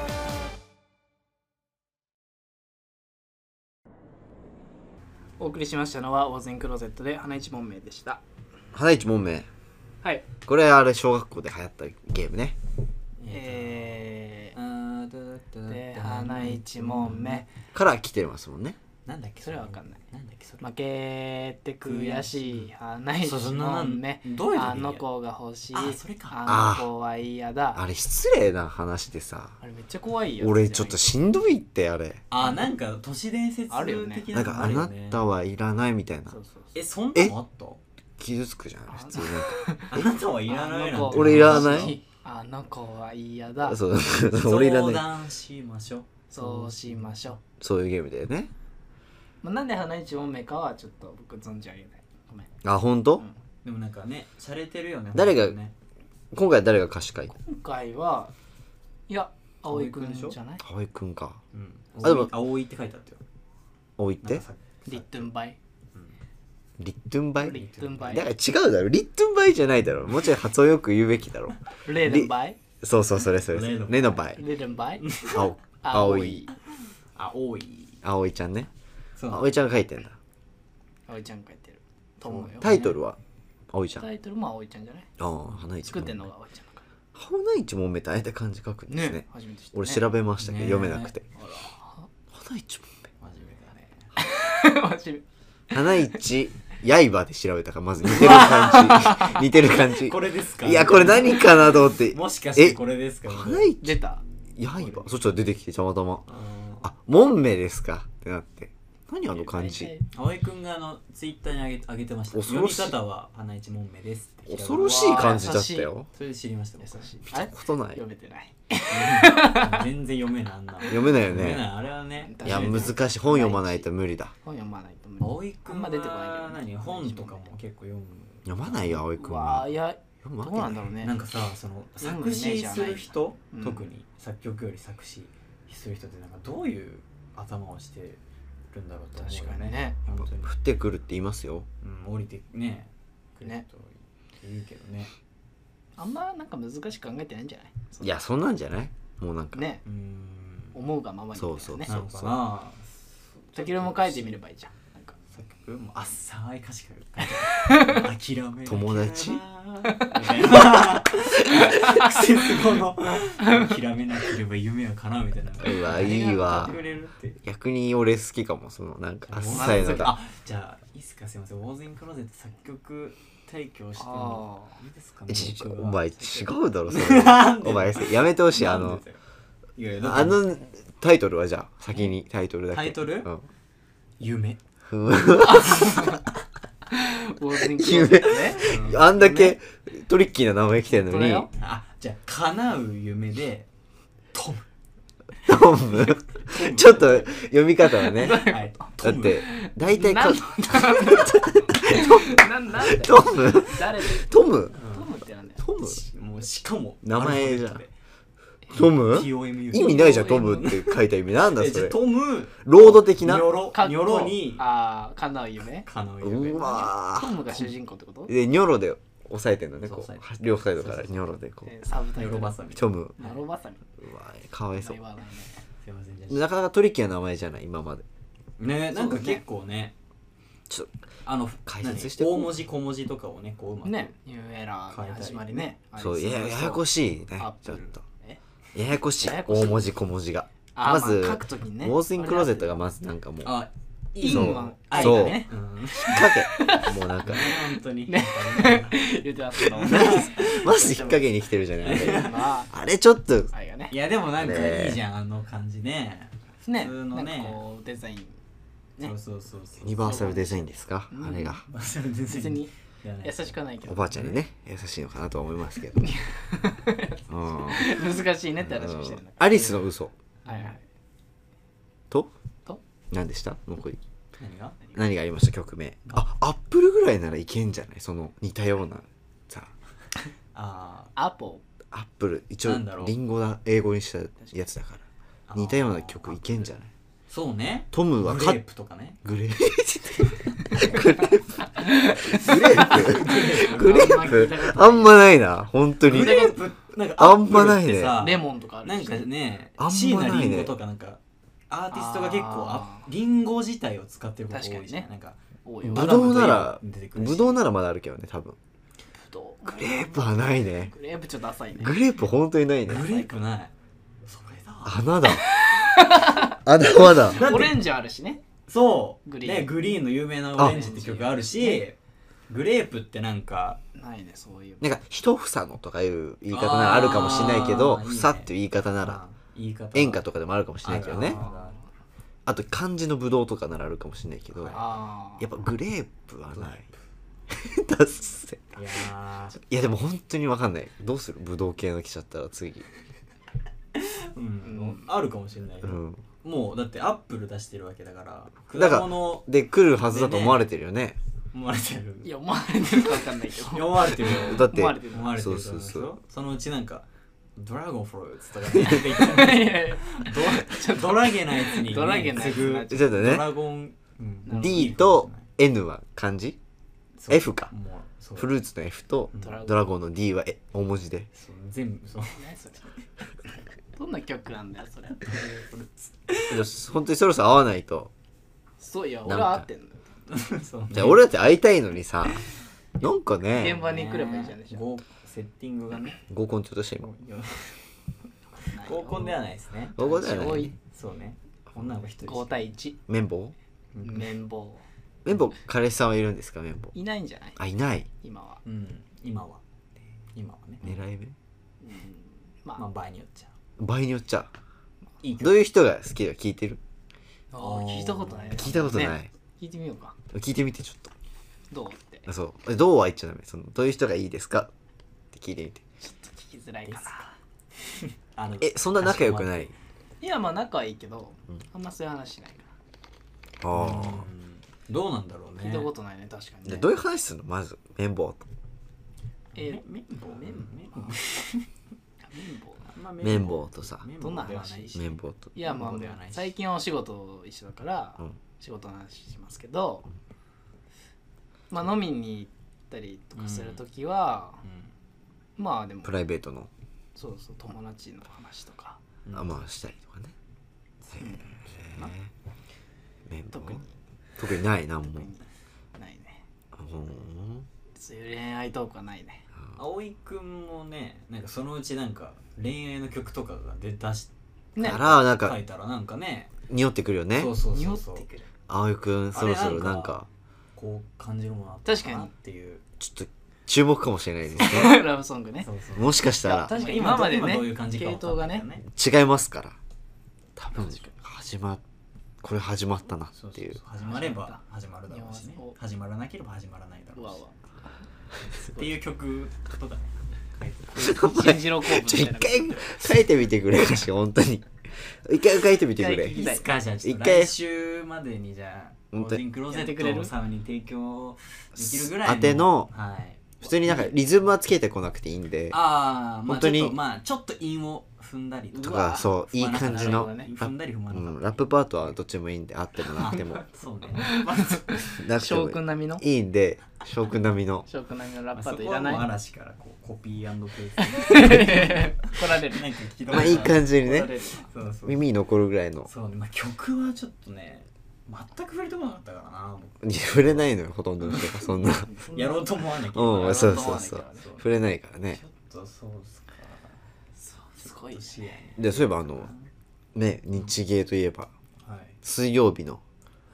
Speaker 1: お送りしましたのはオーゼンクローゼットで花一門名でした。
Speaker 2: 花一門名、
Speaker 1: はい、
Speaker 2: これあれ小学校で流行ったゲームね。
Speaker 1: で花一門目
Speaker 2: から来てますもんね。
Speaker 3: なんだっけ
Speaker 1: それは分かんない。
Speaker 3: なんだっけそれ
Speaker 1: 負けて悔しい花一問目あの子が欲しいあの子は嫌だ。
Speaker 2: あれ失礼な話でさ、
Speaker 1: あれめっちゃ怖いよ。
Speaker 2: 俺ちょっとしんどいってあれ。
Speaker 3: なんか都市伝説的
Speaker 2: な、なんかあなたはいらないみたいな。
Speaker 3: そんなのあった？
Speaker 2: 傷つくじゃん普通に。
Speaker 3: あなたはいらないなんて。
Speaker 2: 俺いらない。
Speaker 1: あの子は嫌だ。
Speaker 2: そう俺いらない。
Speaker 3: 相談しましょう。
Speaker 1: そうしましょう。
Speaker 2: そういうゲームだよね。
Speaker 1: なんで花一問目かはちょっと僕存じ上げない。ごめん。
Speaker 2: あ、本当？
Speaker 3: でもなんかね、洒落てるよね。
Speaker 2: 誰が今回誰が歌詞書いた？
Speaker 1: 今回はいや葵くんじゃない？
Speaker 2: 葵くんか。
Speaker 3: でも葵って書いてあったよ。
Speaker 2: 葵って？
Speaker 1: リットンバイ。
Speaker 2: リットンバイ？
Speaker 1: リットンバイ。
Speaker 2: だから違うだろ。リットンバイじゃないだろ。もうちょい発音よく言うべきだろ。
Speaker 1: レードンバイ？
Speaker 2: そうそれ。レノバイ。
Speaker 1: レードンバイ？
Speaker 2: 葵。葵ちゃんね。葵ちゃんが書いてんだ。
Speaker 1: 葵ちゃんが書いてると思うよ。
Speaker 2: タイトルは葵ちゃん。
Speaker 1: タイトルも葵ちゃんじゃない？
Speaker 2: 花一。
Speaker 1: 作ってんのが葵ちゃんだから。
Speaker 2: 花一問目ってあえて漢字書くんですね。
Speaker 1: 初めて知った。
Speaker 2: 俺調べましたけど読めなくて。花一問目。
Speaker 3: 真面目だね。
Speaker 1: 真面
Speaker 2: 目。花一刃で調べたからまず似てる感じ。似てる感じ。
Speaker 3: これですか？
Speaker 2: いやこれ何かなと思って。
Speaker 3: もしかしてこれですか？
Speaker 2: 花一
Speaker 1: 出た。
Speaker 2: 刃そしたら出てきてたまたまあモンメですかってなって何あの感じ。
Speaker 3: 葵くんがツイッターに上げてました。読み方は花一モンメですって
Speaker 2: 恐ろしい感じだったよ。
Speaker 3: それで知りました。
Speaker 1: 優しい。
Speaker 2: 見たことない。
Speaker 1: 読めてない。
Speaker 3: 全然読めない。あんな
Speaker 2: 読めないよね。
Speaker 3: あれはね。
Speaker 2: いや難しい。本読まないと無理だ。
Speaker 1: 本読まないと無理。
Speaker 3: 葵くんは出てこないけど本とかも結構
Speaker 2: 読まないよ葵くんは。
Speaker 1: いやどうなんだろうね。
Speaker 3: なんかさその作詞する人特に作曲より作詞する人ってなんかどういう頭をしてるんだろうと思うよね。
Speaker 2: 降ってくるって言いますよ。
Speaker 3: 降りてねくると言うけどね。
Speaker 1: あんまなんか難しく考えてないんじゃない？
Speaker 2: いやそんなんじゃない？もうなんか
Speaker 1: ね思うがままにね。
Speaker 2: そう
Speaker 3: なのかな。
Speaker 1: 時々も書いてみればいいじゃん。なんか
Speaker 3: 作曲も浅い歌詞が諦め
Speaker 2: 友達
Speaker 3: クセス語の諦めなければ夢は叶うみたいな。
Speaker 2: うわいいわ。逆に俺好きかもそのなんか浅いのが。
Speaker 3: じゃあいいっすかすいません。ウォーズインクローゼット作曲提供してもいいですかね。
Speaker 2: お前違うだろそれ。お前やめてほしい。あのタイトルはじゃあ先にタイトルだけ。
Speaker 3: タイトル？夢。
Speaker 2: 夢あんだけトリッキーな名前来てるのに。
Speaker 3: じゃあ叶う夢でトム
Speaker 2: ちょっと読み方はね。だって大体トムトム
Speaker 3: もうしかも
Speaker 2: 名前じゃん。トム意味ないじゃん。トムって書いた意味なんだそれ。
Speaker 3: トム
Speaker 2: ロード的な
Speaker 3: ニョロに
Speaker 1: 叶う夢。
Speaker 2: うわ
Speaker 1: トムが主人公ってこと？
Speaker 2: でニョロで押さえてんのね。こう両サイドからニョロでこう
Speaker 1: サブタイトル
Speaker 2: トム。
Speaker 1: うわ
Speaker 2: かわいそう。
Speaker 3: すいませ
Speaker 2: んなかなかトリッキーな名前じゃない今まで
Speaker 3: ね。なんか結構ね
Speaker 2: ちょ
Speaker 3: 解説して大文字小文字とかをねこううまく
Speaker 1: ねニューエラーに始まりね。
Speaker 2: そうややこしいね。ちょっとややこしい大文字小文字がまずウォーズインクローゼットがまずなんかもう
Speaker 3: そう
Speaker 2: 引っ掛けもうなんか
Speaker 3: 本当に
Speaker 1: 言ってました
Speaker 2: まず引っ掛けに来てるじゃないあれちょっと
Speaker 3: いやでもなんかいいじゃんあの感じね。
Speaker 1: 普通のねこうデザイン
Speaker 3: そう
Speaker 2: ユニバーサルデザインですかあれが。
Speaker 1: 別に優しくはないけど
Speaker 2: おばあちゃんにね優しいのかなとは思いますけど
Speaker 1: 難しいねって話をしてる。
Speaker 2: アリスの嘘
Speaker 1: はい
Speaker 2: と何でした残り何がありました曲名。アップルぐらいならいけんじゃないその似たようなさ
Speaker 1: アッ
Speaker 2: プル一応リンゴだ英語にしたやつだから似たような曲いけんじゃない。
Speaker 3: そうね。
Speaker 2: トムは
Speaker 3: グレープとかね。
Speaker 2: グレープあんまないな本当に。
Speaker 3: グレープなんか
Speaker 2: あんまないね。
Speaker 1: レモンとかある
Speaker 3: なんかね
Speaker 2: あんまないね。
Speaker 3: 椎名林檎とかなんかアーティストが結構リンゴ自体を使ってること多いじゃん。なんか
Speaker 2: ブドウならまだあるけどね多分。グレープはないね。
Speaker 1: グレープちょっと浅いね。
Speaker 2: グレープ本当にないね。
Speaker 3: グレープない。それだ。
Speaker 2: 穴だ。穴だ。
Speaker 1: オレンジあるしね。
Speaker 3: そうグリーンの有名なオレンジって曲あるし、グレープってなんか
Speaker 1: ないねそういう。
Speaker 2: なんか一房のとかいう言い方ならあるかもしれないけど、房っていう言い方なら演歌とかでもあるかもしれないけどね。あと漢字のブドウとかならあるかもしれないけど、やっぱグレープはない。だっせ。いやでも本当に分かんない。どうするブドウ系の来ちゃったら次。
Speaker 3: あるかもしれない。もうだってアップル出してるわけだから
Speaker 2: 果物で来るはずだと思われてるよね。
Speaker 3: 思われてる。
Speaker 1: いや思われてるか分かんないけど
Speaker 3: 思われてるよ。
Speaker 2: だって
Speaker 3: 思われてる。そうそのうちなんかドラゴンフルーツとかねドラゲなやつに
Speaker 1: ドラゲなやつ
Speaker 2: ちょっとね。
Speaker 3: ドラゴン
Speaker 2: D と N は漢字 F か。フルーツの F とドラゴンの D は大文字で
Speaker 3: 全部そう。
Speaker 1: どんな曲なんだよそれ。
Speaker 2: 本当にそろそろ会わないと。
Speaker 1: そういや俺は会ってんの。
Speaker 2: じゃあ俺だって会いたいのにさなんかね
Speaker 1: 現場に来ればいいじゃん。
Speaker 3: セッティングがね
Speaker 2: 合コンって言ったし今
Speaker 3: 合コンではないですね。
Speaker 2: 合コンではない。
Speaker 3: そうね。女の子一人
Speaker 1: 5対1。
Speaker 2: 綿棒彼氏さんはいるんですか。綿棒
Speaker 1: いないんじゃない。
Speaker 2: あいない
Speaker 1: 今は
Speaker 3: 今はね
Speaker 2: 狙い目
Speaker 3: まあ場合によっちゃ
Speaker 2: 場合によっちゃどういう人が好きか聞いてる？
Speaker 1: 聞いたことないね。
Speaker 2: 聞いたことない、
Speaker 1: ね、聞いてみようか。
Speaker 2: 聞いてみてちょっと。
Speaker 1: どうって。
Speaker 2: そうどうは言っちゃダメ。どういう人がいいですかって聞いてみて。
Speaker 1: ちょっと聞きづらいか
Speaker 2: な。そんな仲良くない？
Speaker 1: いやまあ仲はいいけど、あんまそういう話しないから。
Speaker 3: どうなんだろうね。
Speaker 1: 聞いたことないね確かにね。
Speaker 2: どういう話するのまず綿棒と。綿棒とさ。
Speaker 1: どんな話？
Speaker 2: 綿棒と。
Speaker 1: いやまあ最近はお仕事一緒だから、仕事の話しますけど、まあ飲みに行ったりとかするときは、まあでも
Speaker 2: プライベートの
Speaker 1: そう友達の話とか
Speaker 2: まあしたりとかね。特にないなんも
Speaker 1: ないね。そういう恋愛トークはないね。
Speaker 3: 葵くんもね、なんかそのうちなんか恋愛の曲とかが出し
Speaker 2: からなんか
Speaker 3: 書いたらなんかね
Speaker 2: 匂ってくるよね。
Speaker 3: そう
Speaker 1: 匂ってくる。
Speaker 2: 葵くんそろそろなんか
Speaker 3: こう感じるものあったかなっていう。
Speaker 2: ちょっと注目かもしれないですね。
Speaker 1: ラブソングね。
Speaker 2: もしかしたら
Speaker 1: 確かに今までね
Speaker 3: どういう感じか
Speaker 1: 系統がね
Speaker 2: 違いますから。多分これ始まったなっていう。
Speaker 3: 始まれば始まるだろうしね。始まらなければ始まらないだろうし。っていう曲とかね。
Speaker 1: 信じろコープみたいな。
Speaker 2: 一回書いてみてくれるし本当に。一回書いてみてくれ。
Speaker 3: いいですかじゃあちょっと来週までにじゃあオーディンクローゼットをサウに提供できるぐらいの。
Speaker 2: 当ての普通になんかリズムはつけてこなくていいんで。
Speaker 3: 本当にまあちょっと韻を踏んだり
Speaker 2: とかそういい感じの
Speaker 3: 踏んだり踏まなかった
Speaker 2: ラップパートはどっちでもいいんであってもなくても
Speaker 3: そうね
Speaker 1: 翔くん並みの
Speaker 2: いいんで翔くん並みの
Speaker 1: ラップパートいらない。
Speaker 3: そこはもう嵐からこうコピー&ペース
Speaker 1: ト来られる
Speaker 2: まあいい感じにね耳に残るぐらいの。
Speaker 3: そうね、まあ曲はちょっとね全く触れてこなかったからな。
Speaker 2: 触れないのよほとんどの人がそんな
Speaker 3: やろうと思わなきゃ
Speaker 2: そう触れないからね。
Speaker 3: ちょっとそうですか。
Speaker 1: すごいし
Speaker 2: でそういえばね日芸といえば水曜日の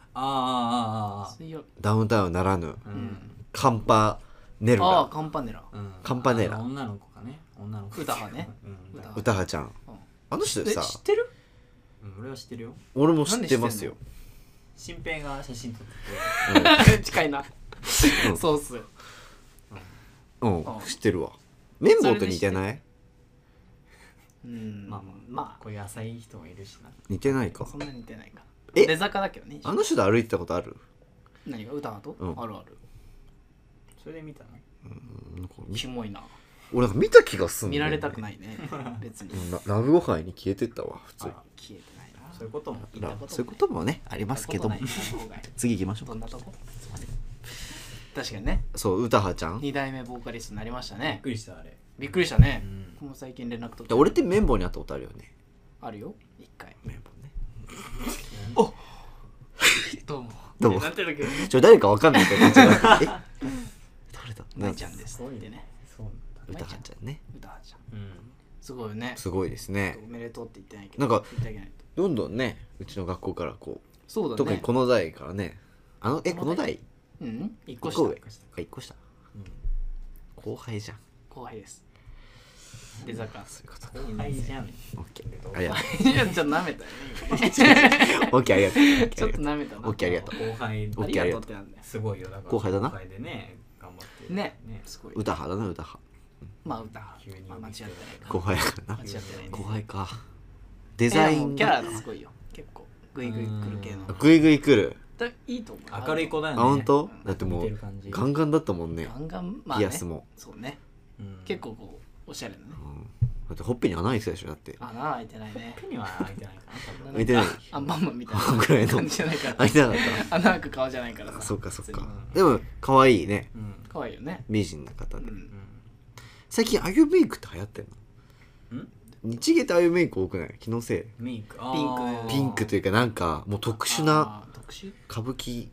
Speaker 2: ダウンタウンならぬカンパネルラ。
Speaker 1: カンパネラ
Speaker 3: 女の子がね
Speaker 1: 歌はね
Speaker 2: 歌はちゃんあの人さ
Speaker 1: 知ってる？
Speaker 3: 俺は知ってるよ。
Speaker 2: 俺も知ってますよ。
Speaker 3: 新平が写真撮って
Speaker 1: て近いなそうっす。
Speaker 2: 知ってるわ。綿棒と似てない？
Speaker 3: まあこういう浅い人もいるしな。
Speaker 2: 似てないか。
Speaker 1: そんなに似てないか。出坂だけどね。
Speaker 2: あの人と歩いてたことある？
Speaker 1: 何が歌と？あるある。
Speaker 3: それで見たの？
Speaker 1: キモいな。
Speaker 2: 俺なんか見た気がすんの。
Speaker 1: 見られたくないね別に。
Speaker 2: ラブご飯に消えてったわ普通に。
Speaker 1: 消えてないな。
Speaker 3: そういうことも
Speaker 2: そういうこともねありますけども。次行きましょう。
Speaker 1: どんなとこ？すいません。確かにね。
Speaker 2: そう歌はちゃん。
Speaker 1: 2代目ボーカリストになりましたね。
Speaker 3: びっくりしたあれ。
Speaker 1: びっくりしたね。もう最近連絡取って。
Speaker 2: 俺って綿棒に会ったことあるよね。
Speaker 1: あるよ1回。
Speaker 2: 綿棒ね。
Speaker 1: おどうも。なんてだっけ？
Speaker 2: 誰かわかんないから誰だ？
Speaker 1: 舞ちゃんですってね。
Speaker 2: 歌はちゃんね。
Speaker 1: 歌はちゃん。すごいよね。
Speaker 2: すごいですね。
Speaker 1: おめでとうって言ってないけど。
Speaker 2: なんかどんどんねうちの学校からこう。
Speaker 1: そうだね。
Speaker 2: 特にこの代からね。この代
Speaker 1: 1個下。
Speaker 2: 1個下。後輩じゃん。
Speaker 1: 後輩です。出坂。
Speaker 2: そういうこと
Speaker 3: 後輩じゃん。
Speaker 2: オッケー。ありがと
Speaker 1: う。いやちょっと舐めたよ
Speaker 2: ね。オッケーありがとう。
Speaker 1: ちょっと舐めたな。
Speaker 2: オッケーありがとう。
Speaker 3: 後輩。
Speaker 1: ありがとうってなんだよ。
Speaker 3: すごいよだから。
Speaker 2: 後輩だな。
Speaker 3: 後輩でね頑張って
Speaker 1: ね。すごい。
Speaker 2: 歌派だな歌派。
Speaker 1: まあ歌派。間違ってないか。
Speaker 2: 後輩だからな。
Speaker 1: 間違ってない。
Speaker 2: 後輩か。デザイン
Speaker 1: キャラすごいよ。結構グイグイ来る系の。
Speaker 2: グイグイ来る。
Speaker 1: いいと思う。
Speaker 3: 明るい子だよね。
Speaker 2: 本当？だってもうガンガンだったもんね。
Speaker 1: ガンガン
Speaker 2: ピアスも。
Speaker 1: そうね。結構こうおしゃれなね。
Speaker 2: だってほっぺに穴開いてたでしょだって。
Speaker 1: 穴開いてないね。
Speaker 3: ほっぺには開いてないかな。
Speaker 2: 開いてない。
Speaker 1: アンパンマンみたいな
Speaker 2: ぐらいの
Speaker 1: 感じじゃないから。
Speaker 2: 開いてなかった。
Speaker 1: 穴開く顔じゃないからさ。
Speaker 2: そっかそっか。でも可愛いね。
Speaker 1: 可愛いよね。
Speaker 2: 美人な方で。最近あゆメイクって流行ってんの？日芸ってあゆメイク多くない？気のせい。
Speaker 3: メイク。
Speaker 2: ピンクというかなんかもう特殊な歌舞伎。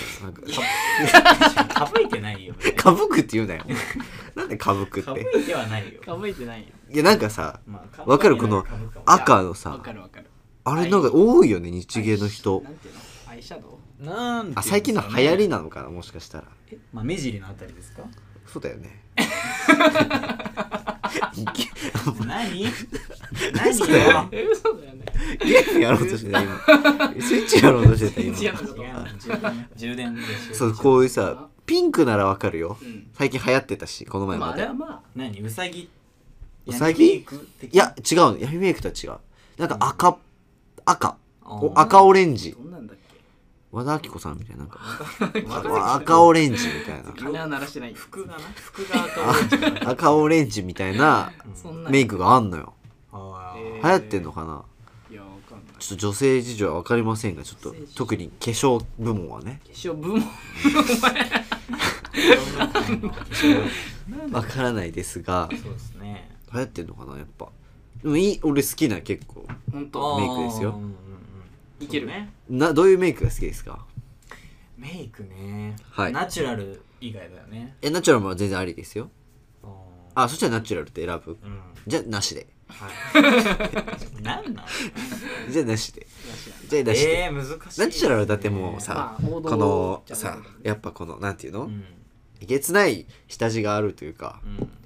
Speaker 3: かぶいてないよ。
Speaker 2: かぶくって言うなよ。なんでかぶくって。
Speaker 3: かぶいてはないよ。
Speaker 1: かぶいてないよ。
Speaker 2: いやなんかさ、わかるこの赤のさ、あれなんか多いよね日芸の人。
Speaker 1: なんていうの？アイシャドウ？
Speaker 3: なん
Speaker 2: あ最近の流行りなのかなもしかしたら。
Speaker 3: まあ目尻のあたりですか？
Speaker 2: そうだよね。
Speaker 3: 何？ 何
Speaker 1: 嘘だよね。
Speaker 2: ゲームやろうとしてた今。スイッチやろうとしてた今。
Speaker 3: 充電でしょ。
Speaker 2: そう、こういうさピンクならわかるよ。最近流行ってたし、この前まで。
Speaker 3: 何ウサギ？
Speaker 2: ウサギ？いや違うの、闇メイクとは違う。なんか赤オレンジ。和田アキ子さんみたいな、なんか赤オレンジみたいな。
Speaker 1: 金は鳴らしてない。
Speaker 3: 服が
Speaker 2: 赤オレンジみたいなメイクがあんのよ。流行ってんのかな。ちょっと女性事情は分かりませんが、ちょっと特に化粧部門はね、
Speaker 1: 化粧部門
Speaker 2: 分からないですが、
Speaker 3: そうですね、
Speaker 2: 流行ってんのかな。やっぱでも俺好きな結構メイクですよ。
Speaker 1: いけるね。
Speaker 2: どういうメイクが好きですか？
Speaker 3: メイクね、
Speaker 2: はい、
Speaker 3: ナチュラル以外だよね。
Speaker 2: ナチュラルも全然ありですよ。そしたらナチュラルって選ぶ、じゃあなしで。
Speaker 3: なんなん
Speaker 2: じゃあなしで。じゃあなしで。
Speaker 3: 難しい。
Speaker 2: ナチュラルだってもうさ、このさ、やっぱこのなんていうの、えげつない下地があるというか、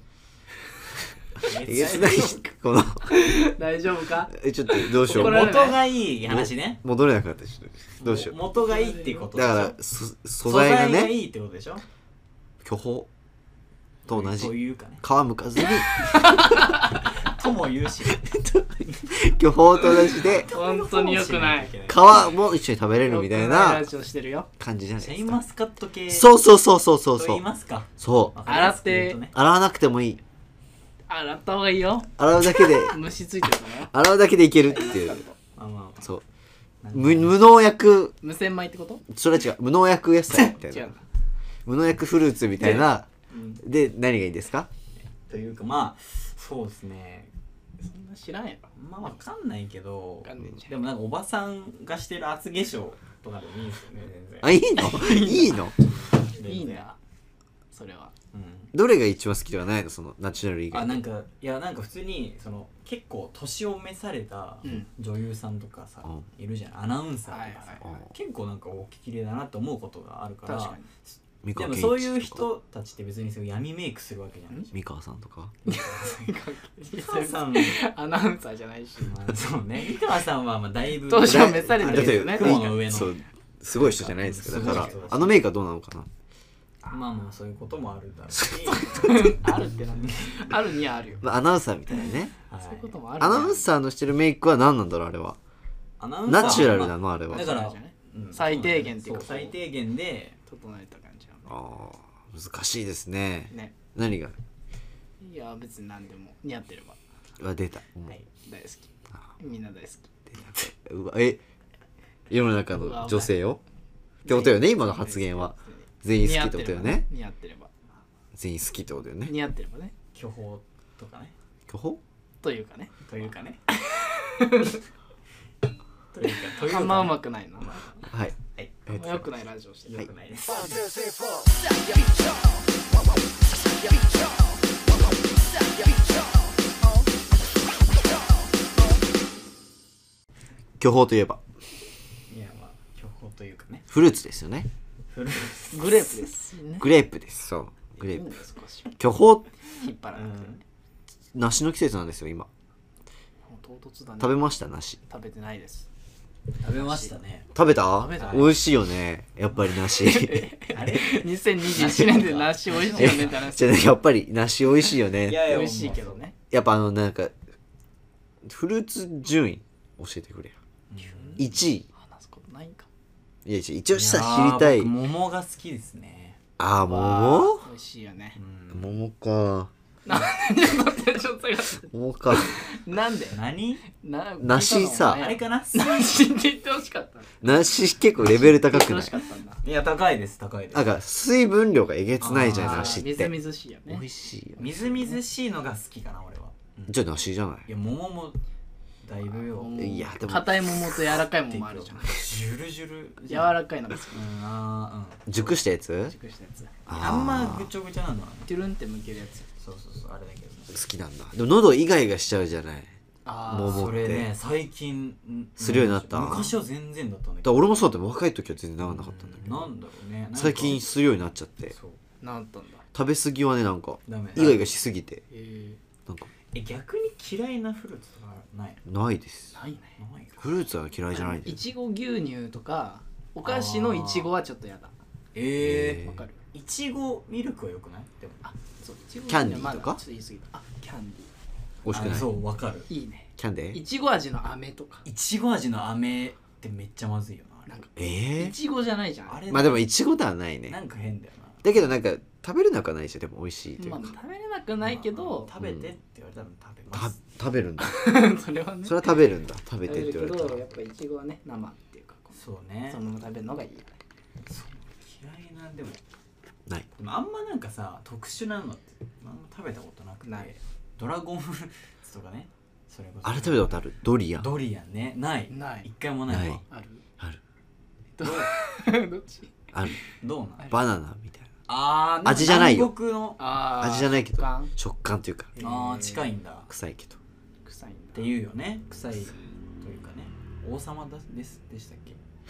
Speaker 2: えげつないこの
Speaker 1: 大丈夫か？
Speaker 2: ちょっとどうしよう。
Speaker 3: 元がいい話ね。
Speaker 2: 戻れなかったし、どうしよう。
Speaker 3: 元がいいっていうことでしょ。
Speaker 2: だから素材がね、
Speaker 3: いいってことでしょ。
Speaker 2: 巨峰と同じ。
Speaker 3: そういうかね。
Speaker 2: 皮むかずに。
Speaker 3: とも言うし。
Speaker 2: 巨峰と同じで。
Speaker 1: 本当に良くない。
Speaker 2: 皮も一緒に食べれるみたいな感じじゃないですか。
Speaker 3: シャインマスカット系。
Speaker 2: そう。
Speaker 3: 言いますか。
Speaker 2: そう。
Speaker 1: 洗って
Speaker 2: 洗わなくてもいい。
Speaker 1: 洗った方がいいよ。
Speaker 2: 洗うだけで
Speaker 1: 虫ついてるからよ。
Speaker 2: 洗うだけでいけるっていう。そう。無農薬。
Speaker 1: 無洗米ってこと？
Speaker 2: それは違う。無農薬野菜みたいな。無農薬フルーツみたいな。で何がいいですか？
Speaker 3: というかまあそうですね。
Speaker 1: そんな知らんやろ。
Speaker 3: まあわかんないけど。でもなんかおばさんがしてる厚化粧とかでもいいですよね全然。
Speaker 2: あ、いいの？いいの？
Speaker 1: いいな。それは。
Speaker 2: どれが一番好きではないの？そのナチュラル以外。
Speaker 3: なんか普通にその結構年を召された女優さんとかさ、いるじゃん。アナウンサーとかさ、結構なんかおきれいだなと思うことがあるから。でもそういう人たちって別に闇メイクするわけじゃない。
Speaker 2: 三川さんとか。
Speaker 3: 三川さん
Speaker 1: アナウンサーじゃないし。
Speaker 3: そうね。三川さんはだいぶ
Speaker 1: 年を召されてるよね。
Speaker 3: 雲の上の
Speaker 2: すごい人じゃないですか。だからあのメイクはどうなのかな。
Speaker 3: まあそういうこともあるだろうし。
Speaker 1: あるってなんで？あるにはあるよ。
Speaker 2: アナウンサーみたいなね。
Speaker 1: そういうこともある。
Speaker 2: アナウンサーのしてるメイクは何なんだろうあれは。ナチュラルなのあれは。
Speaker 3: だから
Speaker 1: 最低限っていうか
Speaker 3: 最低限で
Speaker 1: 整えた感じ。
Speaker 2: 難しいですね。何が？
Speaker 1: いや別に何でも似合ってれ
Speaker 2: ば。出た。
Speaker 1: 大好き。みんな大好き。
Speaker 2: うわ世の中の女性よ。ってことよね今の発言は。全員好きってことよね。
Speaker 1: 似合ってれば。
Speaker 2: 全員好きってことよね。
Speaker 1: 似合ってればね。
Speaker 3: 巨峰とかね。
Speaker 2: 巨峰？
Speaker 1: というかね。あんまうまくないな。
Speaker 2: はい。
Speaker 1: よくないラジオしてる。よくないです。
Speaker 2: 巨峰といえば。
Speaker 3: いや巨峰というかね。
Speaker 2: フルーツですよね。
Speaker 1: グレープです。
Speaker 2: グレープです。そう。グレープ。巨峰。
Speaker 1: 引っ張らなくてね。
Speaker 2: 梨の季節なんですよ今。食べました梨？
Speaker 1: 食べてないです。
Speaker 3: 食べましたね。
Speaker 2: 食べた？美味しいよね。やっぱり梨。
Speaker 1: あれ？2021年で梨美味しいよねって話。
Speaker 2: じゃやっぱり梨美味しいよね。
Speaker 1: いや美味しいけどね。
Speaker 2: やっぱなんかフルーツ順位教えてくれよ。1位。
Speaker 1: 話すことないんか。
Speaker 2: いや一応さ知りたい。
Speaker 3: 桃が好きですね。
Speaker 2: 桃？
Speaker 1: 美味しいよね。
Speaker 2: 桃か。桃か。
Speaker 1: なんで？
Speaker 3: 何？
Speaker 2: 梨さ。
Speaker 3: あれかな？
Speaker 1: 梨って言ってほしかった。
Speaker 2: 梨結構レベル高くない？
Speaker 3: いや高いです。
Speaker 2: なんか水分量がえげつないじゃん梨って。
Speaker 1: みずみずしいよね。
Speaker 2: 美味しいよ。
Speaker 3: みずみずしいのが好きかな俺は。
Speaker 2: じゃあ梨じゃない？
Speaker 3: いや桃もだいぶよ。
Speaker 1: いやでも硬い桃と柔らかい桃あるじゃん。
Speaker 3: ジュルジュル。
Speaker 1: 柔らかいのが好き。
Speaker 2: 熟したやつ？
Speaker 1: 熟したやつ。
Speaker 3: あんまぐちょぐちょなの。
Speaker 1: トゥルンって剥けるやつ。
Speaker 3: そうあれだけど。
Speaker 2: 好きなんだ。でも喉イガイガしちゃうじゃない。
Speaker 3: それね最近
Speaker 2: するようになった。
Speaker 3: 昔は全然だったんだ
Speaker 2: けど。俺もそうだった。若い時は全然ならなかったんだけど。
Speaker 3: なんだろうね。
Speaker 2: 最近するようになっちゃって。
Speaker 1: なったんだ。
Speaker 2: 食べ過ぎはねなんかイガイガしすぎて。
Speaker 3: なんか逆に嫌いなフルーツとか
Speaker 2: ないです。
Speaker 1: ないね。
Speaker 2: フルーツは嫌いじゃないです。
Speaker 1: いちご牛乳とかお菓子のいちごはちょっとやだ。わかる。
Speaker 3: いちごミルクはよくない？でも
Speaker 1: そうキ
Speaker 2: ャンディーとか？
Speaker 1: ちょっと言い過ぎた。キャンディー。
Speaker 2: 美味しくない？
Speaker 3: そうわかる。
Speaker 1: いいね。
Speaker 2: キャンデー？
Speaker 1: いちご味の飴とか。
Speaker 3: いちご味の飴ってめっちゃまずいよな。
Speaker 1: なんかいちごじゃないじゃん。あれ
Speaker 2: まあでもいちごではないね。
Speaker 3: なんか変だよな。
Speaker 2: だけどなんか食べれなくはないですよ。でも美味しいというか。
Speaker 1: まあ食べれなくないけど
Speaker 3: 食べてって言われたら食べます。
Speaker 2: 食べるんだ。
Speaker 1: それはね。
Speaker 2: それは食べるんだ。食べてって言われたら。
Speaker 1: やっぱいちごはね生っていうか。
Speaker 3: そうね。
Speaker 1: そのまま食べるのがいいよね。
Speaker 3: 嫌いなでも
Speaker 2: ない。
Speaker 3: でもあんまなんかさ特殊なのってあんま食べたことなくて。ドラゴンフルーツとかね。それこそ
Speaker 2: あれ食べたことある？ドリアン。
Speaker 3: ドリアンね。ない一回もないわ。
Speaker 1: ある
Speaker 3: どっち？
Speaker 2: ある。
Speaker 3: どうなん？
Speaker 2: バナナみたい
Speaker 3: な。
Speaker 2: 味じゃないよ。
Speaker 3: 味
Speaker 2: じゃないけど食感というか。
Speaker 3: 近いんだ。
Speaker 2: 臭いけど。
Speaker 3: 臭いって言うよね。臭いというかね。王様でしたっ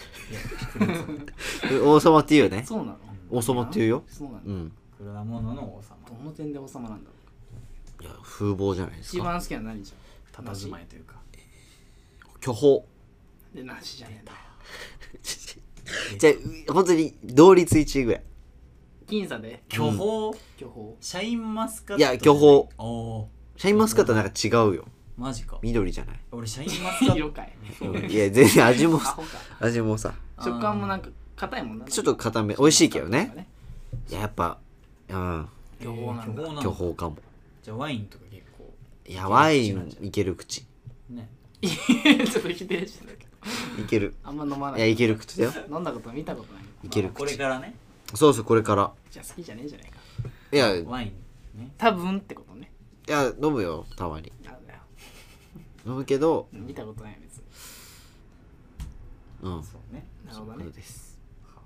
Speaker 2: け？王様って言うよね。
Speaker 1: そうなの？
Speaker 2: 王様って言うよ。
Speaker 1: そうなの？
Speaker 3: 果物の王様。
Speaker 1: どの点で王様なんだろ
Speaker 2: う？いや風貌じゃないですか。
Speaker 1: 一番好きな何じ
Speaker 3: ゃん？佇まいというか。
Speaker 2: 巨峰。
Speaker 1: でなしじゃねえんだ。
Speaker 2: じゃあ本当に同率1位ぐらい。
Speaker 1: 僅差で
Speaker 3: 巨峰、シャインマスカット。
Speaker 2: いや巨峰。シャインマスカットはなんか違うよ。
Speaker 3: マジか。
Speaker 2: 緑じゃない。
Speaker 3: 俺シャインマスカット
Speaker 1: 色かい。
Speaker 2: いや全然味もさ
Speaker 1: 食感もなんか硬いもんな。
Speaker 2: ちょっと硬め。美味しいけどね。いややっぱ
Speaker 1: 巨峰なんだ。
Speaker 2: 巨峰かも。
Speaker 3: じゃあワインとか結構。
Speaker 2: いやワインいける口。
Speaker 1: ね。ちょっと否定してたけど。
Speaker 2: いける。
Speaker 1: あんま飲まない。
Speaker 2: いやいける口だよ。
Speaker 1: 飲んだこと見たことない。
Speaker 2: いける口。
Speaker 3: これからね。
Speaker 2: そうそうこれから。
Speaker 1: じゃあ好きじゃねえじゃないか。
Speaker 2: いや
Speaker 3: ワインね。
Speaker 1: 多分ってことね。
Speaker 2: いや飲むよたまに。飲むけど
Speaker 1: 見たことない別に。
Speaker 3: そうね。
Speaker 1: なるほどね。
Speaker 2: です。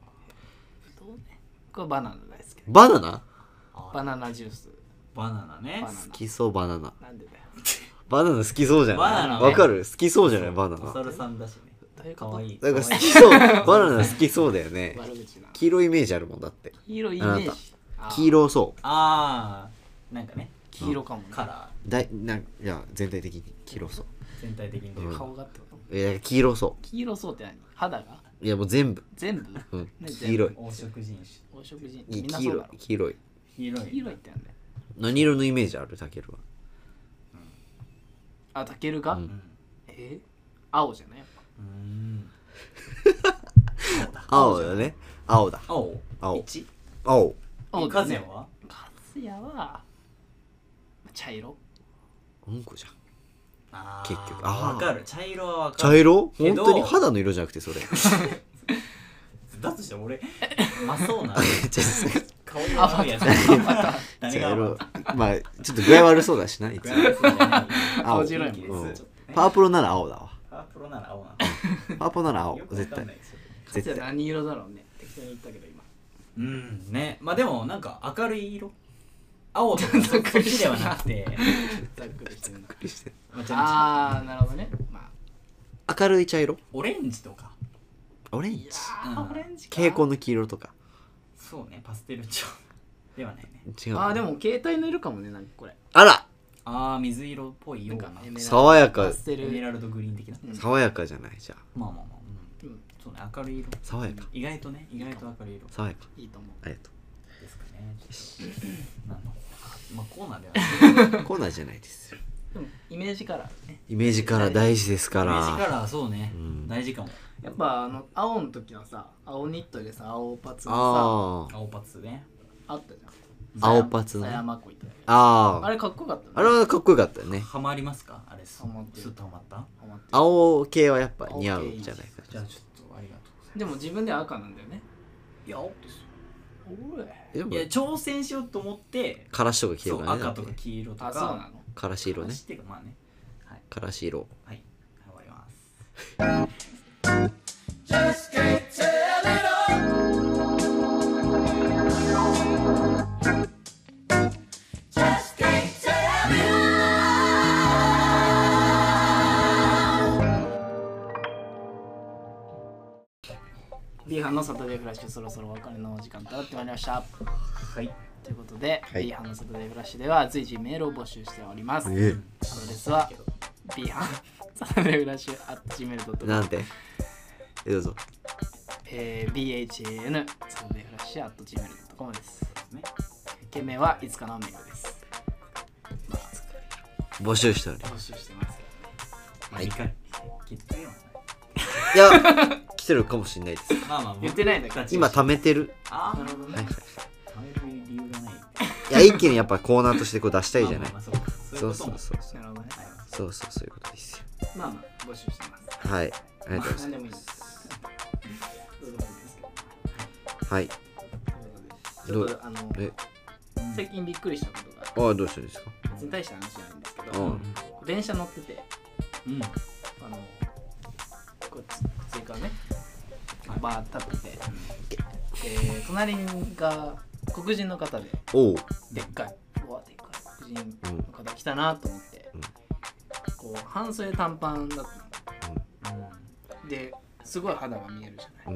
Speaker 1: これバナナ大好き。
Speaker 2: バナナ？
Speaker 1: バナナジュース。
Speaker 3: バナナね。
Speaker 2: 好きそうバナナ。
Speaker 1: なんでだよ。
Speaker 2: バナナ好きそうじゃない？わかる？好きそうじゃないバナナ。
Speaker 3: お猿さんだしね。かわいい。
Speaker 2: なんか好きそう。バナナ好きそうだよね。黄色いイメージあるもんだって。
Speaker 1: 黄色いイメージ。
Speaker 2: 黄色そう。
Speaker 3: なんかね。
Speaker 1: 黄色かも。
Speaker 3: カラ
Speaker 2: ー。いや全体的に黄色そう。
Speaker 3: 全体的に
Speaker 1: 顔がってこと？
Speaker 2: いや黄色そう。
Speaker 1: 黄色そうって何？肌が？
Speaker 2: いやもう全部。
Speaker 1: 全部？
Speaker 2: 黄色い。
Speaker 3: 黄色人種。
Speaker 1: 黄色人
Speaker 2: 種。黄色い。黄色い。
Speaker 1: 黄色いってなんだよ。
Speaker 2: 何色のイメージあるタケルは？
Speaker 1: タケルが？青じゃないやっ
Speaker 2: ぱ。青だね。青だ。
Speaker 3: 青。
Speaker 2: 青。
Speaker 3: 和也は？
Speaker 1: 和也は茶色。
Speaker 2: うんこじゃん。結局
Speaker 3: わかる。茶色はわかる。
Speaker 2: 茶色？本当に肌の色じゃなくてそれ。
Speaker 3: だとして俺まそうな
Speaker 1: 顔色悪いやつ。
Speaker 2: 茶色。まあちょっと具合悪そうだしな。いつも
Speaker 1: 青白いもん。
Speaker 2: パープロなら青だわ。
Speaker 3: パープロなら青な。
Speaker 2: パープロなら青絶対。
Speaker 1: 絶対何色だろうね。適当に言ったけど今。
Speaker 3: ね。まあでもなんか明るい色。青とかそっちではなくて。
Speaker 1: ざっくりしてる。
Speaker 3: な
Speaker 1: るほどね。
Speaker 2: 明るい茶色？
Speaker 3: オレンジとか。
Speaker 2: オレンジ？
Speaker 1: オレンジか。
Speaker 2: 蛍光の黄色とか。
Speaker 3: そうね。パステル調ではないね。
Speaker 2: 違う。
Speaker 1: でも携帯の色かもねなんかこれ。
Speaker 2: あら。
Speaker 3: 水色っぽい色かな。
Speaker 2: 爽やか。
Speaker 3: エメラルドグリーン的な。
Speaker 2: 爽やかじゃないじゃあ。
Speaker 3: まあ。そうね。明るい色。
Speaker 2: 爽やか。
Speaker 3: 意外と明るい色。
Speaker 2: 爽やか。
Speaker 1: いいと思う。
Speaker 2: ありがと
Speaker 3: う。ですかね。まあコーナーでは
Speaker 2: コーナーじゃないですよ。
Speaker 1: でもイメージカラーね。
Speaker 2: イメージカラー大事ですから。
Speaker 3: イメージカラーそうね。大事かも。
Speaker 1: やっぱ青の時はさ青ニットでさ青パツ
Speaker 3: のさ青パツね
Speaker 1: あったじゃん。
Speaker 2: 青パツの
Speaker 1: 狭山湖いた。
Speaker 2: あ
Speaker 1: れかっこよかったね。
Speaker 2: あれはかっこよかったね。
Speaker 3: ハマりますかあれ？スッとハマった？
Speaker 2: 青系はやっぱ似合うじゃないか。
Speaker 3: じゃあちょっとありがとう。
Speaker 1: でも自分では赤なんだよね。
Speaker 3: いや青ですよ。
Speaker 1: いや
Speaker 3: 挑戦しようと思って
Speaker 2: からしとか着てるから
Speaker 3: ね。赤とか黄色とか。
Speaker 1: そうなの。
Speaker 2: からし色ね。
Speaker 3: まあね。
Speaker 2: からし色。
Speaker 3: はい。終わります。
Speaker 4: Just can't tell it all. Just can't tell it
Speaker 1: all. B 班のサタデーフラッシュそろそろお別れのお時間となってまいりました。
Speaker 3: はい。
Speaker 1: ということで、B 班のサタデーフラッシュでは随時メールを募集しております。アドレスは B 班サタデーフラッシュ @gmail.com
Speaker 2: なんてどうぞ。
Speaker 1: BHAN サタデーフラッシュ @gmail.com ですね。件名はいつかのメールです。
Speaker 2: 募集しており
Speaker 1: ます。募集してますよね。
Speaker 3: はい。来てるよ。
Speaker 2: いや来てるかもしれないです。
Speaker 3: まあまあ
Speaker 1: 言ってないんだけど。
Speaker 2: 今貯めてる。
Speaker 1: ああ、なるほどね。はいはい。
Speaker 3: 貯める理由がない。
Speaker 2: いや一気にやっぱコーナーとしてこう出したいじゃない。
Speaker 3: そう
Speaker 2: そうそうそう。
Speaker 1: なるほどね。
Speaker 2: そうそうそういうことですよ。
Speaker 1: まあまあ募集してます。
Speaker 2: はい。ありがとうございます。はい。
Speaker 1: ちょっと最近びっくりしたことが。
Speaker 2: ああどうしたんですか。
Speaker 1: 別に大した話じゃないんですけど、電車乗ってて、こっち追加ね、バー立ってて、隣が黒人の方で、でっかい、うわでっかい黒人の方来たなと思って、こう半袖短パンだったの、ですごい肌が見えるじゃない。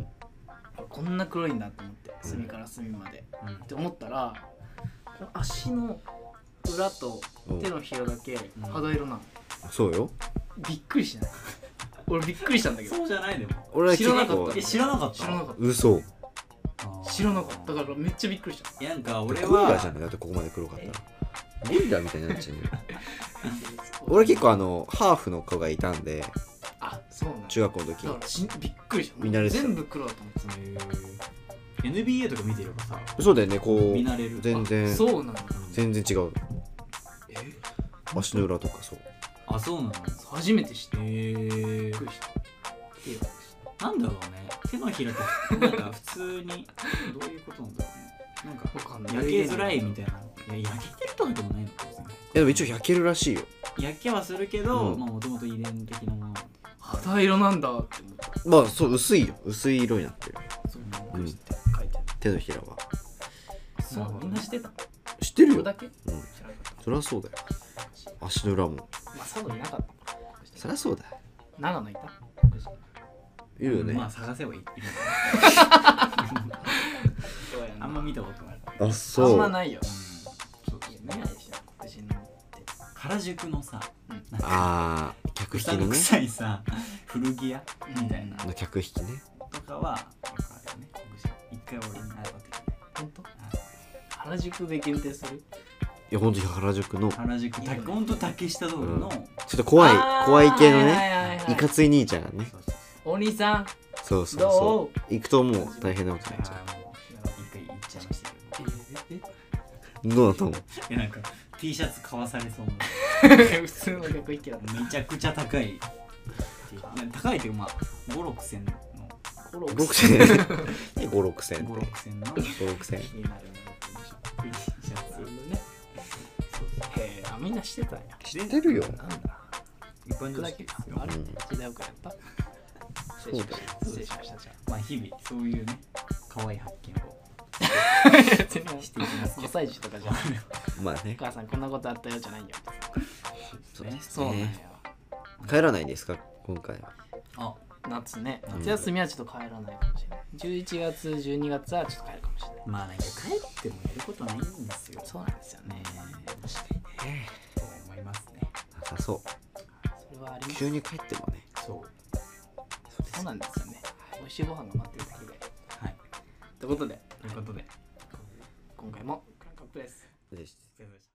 Speaker 1: こんな黒いんだと思って隅から隅まで、って思ったら足の裏と手のひらだけ肌色なの。
Speaker 2: そうよ。
Speaker 1: びっくりしない？俺びっくりしたんだけど。
Speaker 3: そうじゃないでも。
Speaker 2: 俺は
Speaker 1: 知らなかった。
Speaker 3: 知らなかった。
Speaker 1: 知らなかった。
Speaker 2: 嘘。
Speaker 1: 知らなかった。だからめっちゃびっくりした。
Speaker 3: いやなんか俺は
Speaker 2: ゴリラじゃない。だってここまで黒かったらゴリラみたいになっちゃうよ。俺結構ハーフの子がいたんで。
Speaker 1: あ、そうなんだ。
Speaker 2: 中学校の時
Speaker 1: にびっくりした。
Speaker 2: 見慣れてた。
Speaker 1: 全部黒だと思って
Speaker 3: た。NBA とか見てればさ。
Speaker 2: そうだよね。こう
Speaker 3: 見慣れる。
Speaker 2: 全然。
Speaker 1: そうなんだ。
Speaker 2: 全然違う。足の裏とかそう。
Speaker 3: あ、そうなの。
Speaker 1: 初めて知って。びっくりした。
Speaker 3: なんだろうね。手のひらってなんか普通にどういうことなんだろうね。なんか焼けづらいみたいな。いや焼けてるとかでもないのかもしれない。
Speaker 2: でも一応焼けるらしいよ。
Speaker 3: 焼けはするけど、まあもともと遺伝的なもの。
Speaker 1: 肌色なんだって思った。
Speaker 2: まあそう薄いよ。薄い色になってる。
Speaker 1: そうなんか知って書いてある。
Speaker 2: 手のひらは。
Speaker 1: そうみんな知ってた。
Speaker 2: 知ってるよ。
Speaker 1: だけ？
Speaker 2: そりゃそうだよ。足の裏も。
Speaker 1: まあ佐渡いなかった。
Speaker 2: そりゃそうだよ。
Speaker 1: 長野いた？
Speaker 2: いるよね。
Speaker 3: まあ探せばいる。あんま見たことない。
Speaker 2: あ、そう。
Speaker 1: あんまないよ。
Speaker 3: そう
Speaker 1: 見ないでしょ。黒人のって。
Speaker 3: 原宿のさ、
Speaker 2: ああ客引きのね。
Speaker 3: 臭いさ古着屋みたいな
Speaker 2: の客引きね。
Speaker 3: とかはよくあるよね。一回俺に会うわけ。
Speaker 1: 本当？原宿で限定する？
Speaker 2: いや本当に原宿の
Speaker 3: 本当竹下通りの
Speaker 2: ちょっと怖い系のねいかつい兄ちゃんがね。
Speaker 1: お兄さん。
Speaker 2: そうそうそう。行くともう大変なことになっちゃう。
Speaker 3: 一回行っちゃいましたけ
Speaker 2: ど。どうだったの？
Speaker 3: なんか T シャツ買わされそう
Speaker 1: な。普通の客引きだった。
Speaker 3: めちゃくちゃ高い。高いっていうかまあ5、6千の。
Speaker 2: 5、6千。5、6千。
Speaker 3: 5、6千の。
Speaker 2: 5、6千。
Speaker 3: T シャツね。
Speaker 1: へえ、みんな知ってたんや。
Speaker 2: 知ってるよ。
Speaker 1: なんだ。
Speaker 3: 一般
Speaker 1: だけあれ時代遅れやった。
Speaker 2: そうだよ。
Speaker 1: 失礼しました。じゃあ
Speaker 3: まあ日々そういうね可愛い発見を
Speaker 1: していきます。5歳児とかじゃん。
Speaker 2: まあね。
Speaker 1: お母さんこんなことあったよじゃないよ。
Speaker 2: そうですね。
Speaker 1: そうなんよ。
Speaker 2: 帰らないですか今回は。
Speaker 1: あ、夏ね。夏休みはちょっと帰らないかもしれない。11月、12月はちょっと帰るかもしれない。
Speaker 3: まあなんか帰ってもやることないんですよ。
Speaker 1: そうなんですよね。
Speaker 3: 確かにね。と思いますね。
Speaker 2: なさそう。
Speaker 1: それはあります。
Speaker 2: 急に帰ってもね。
Speaker 1: そうなんですよね。美味しいご飯が待ってるだけで。
Speaker 3: はい。
Speaker 1: ということで
Speaker 3: 今回も
Speaker 1: クランクアップです。
Speaker 2: 失礼します。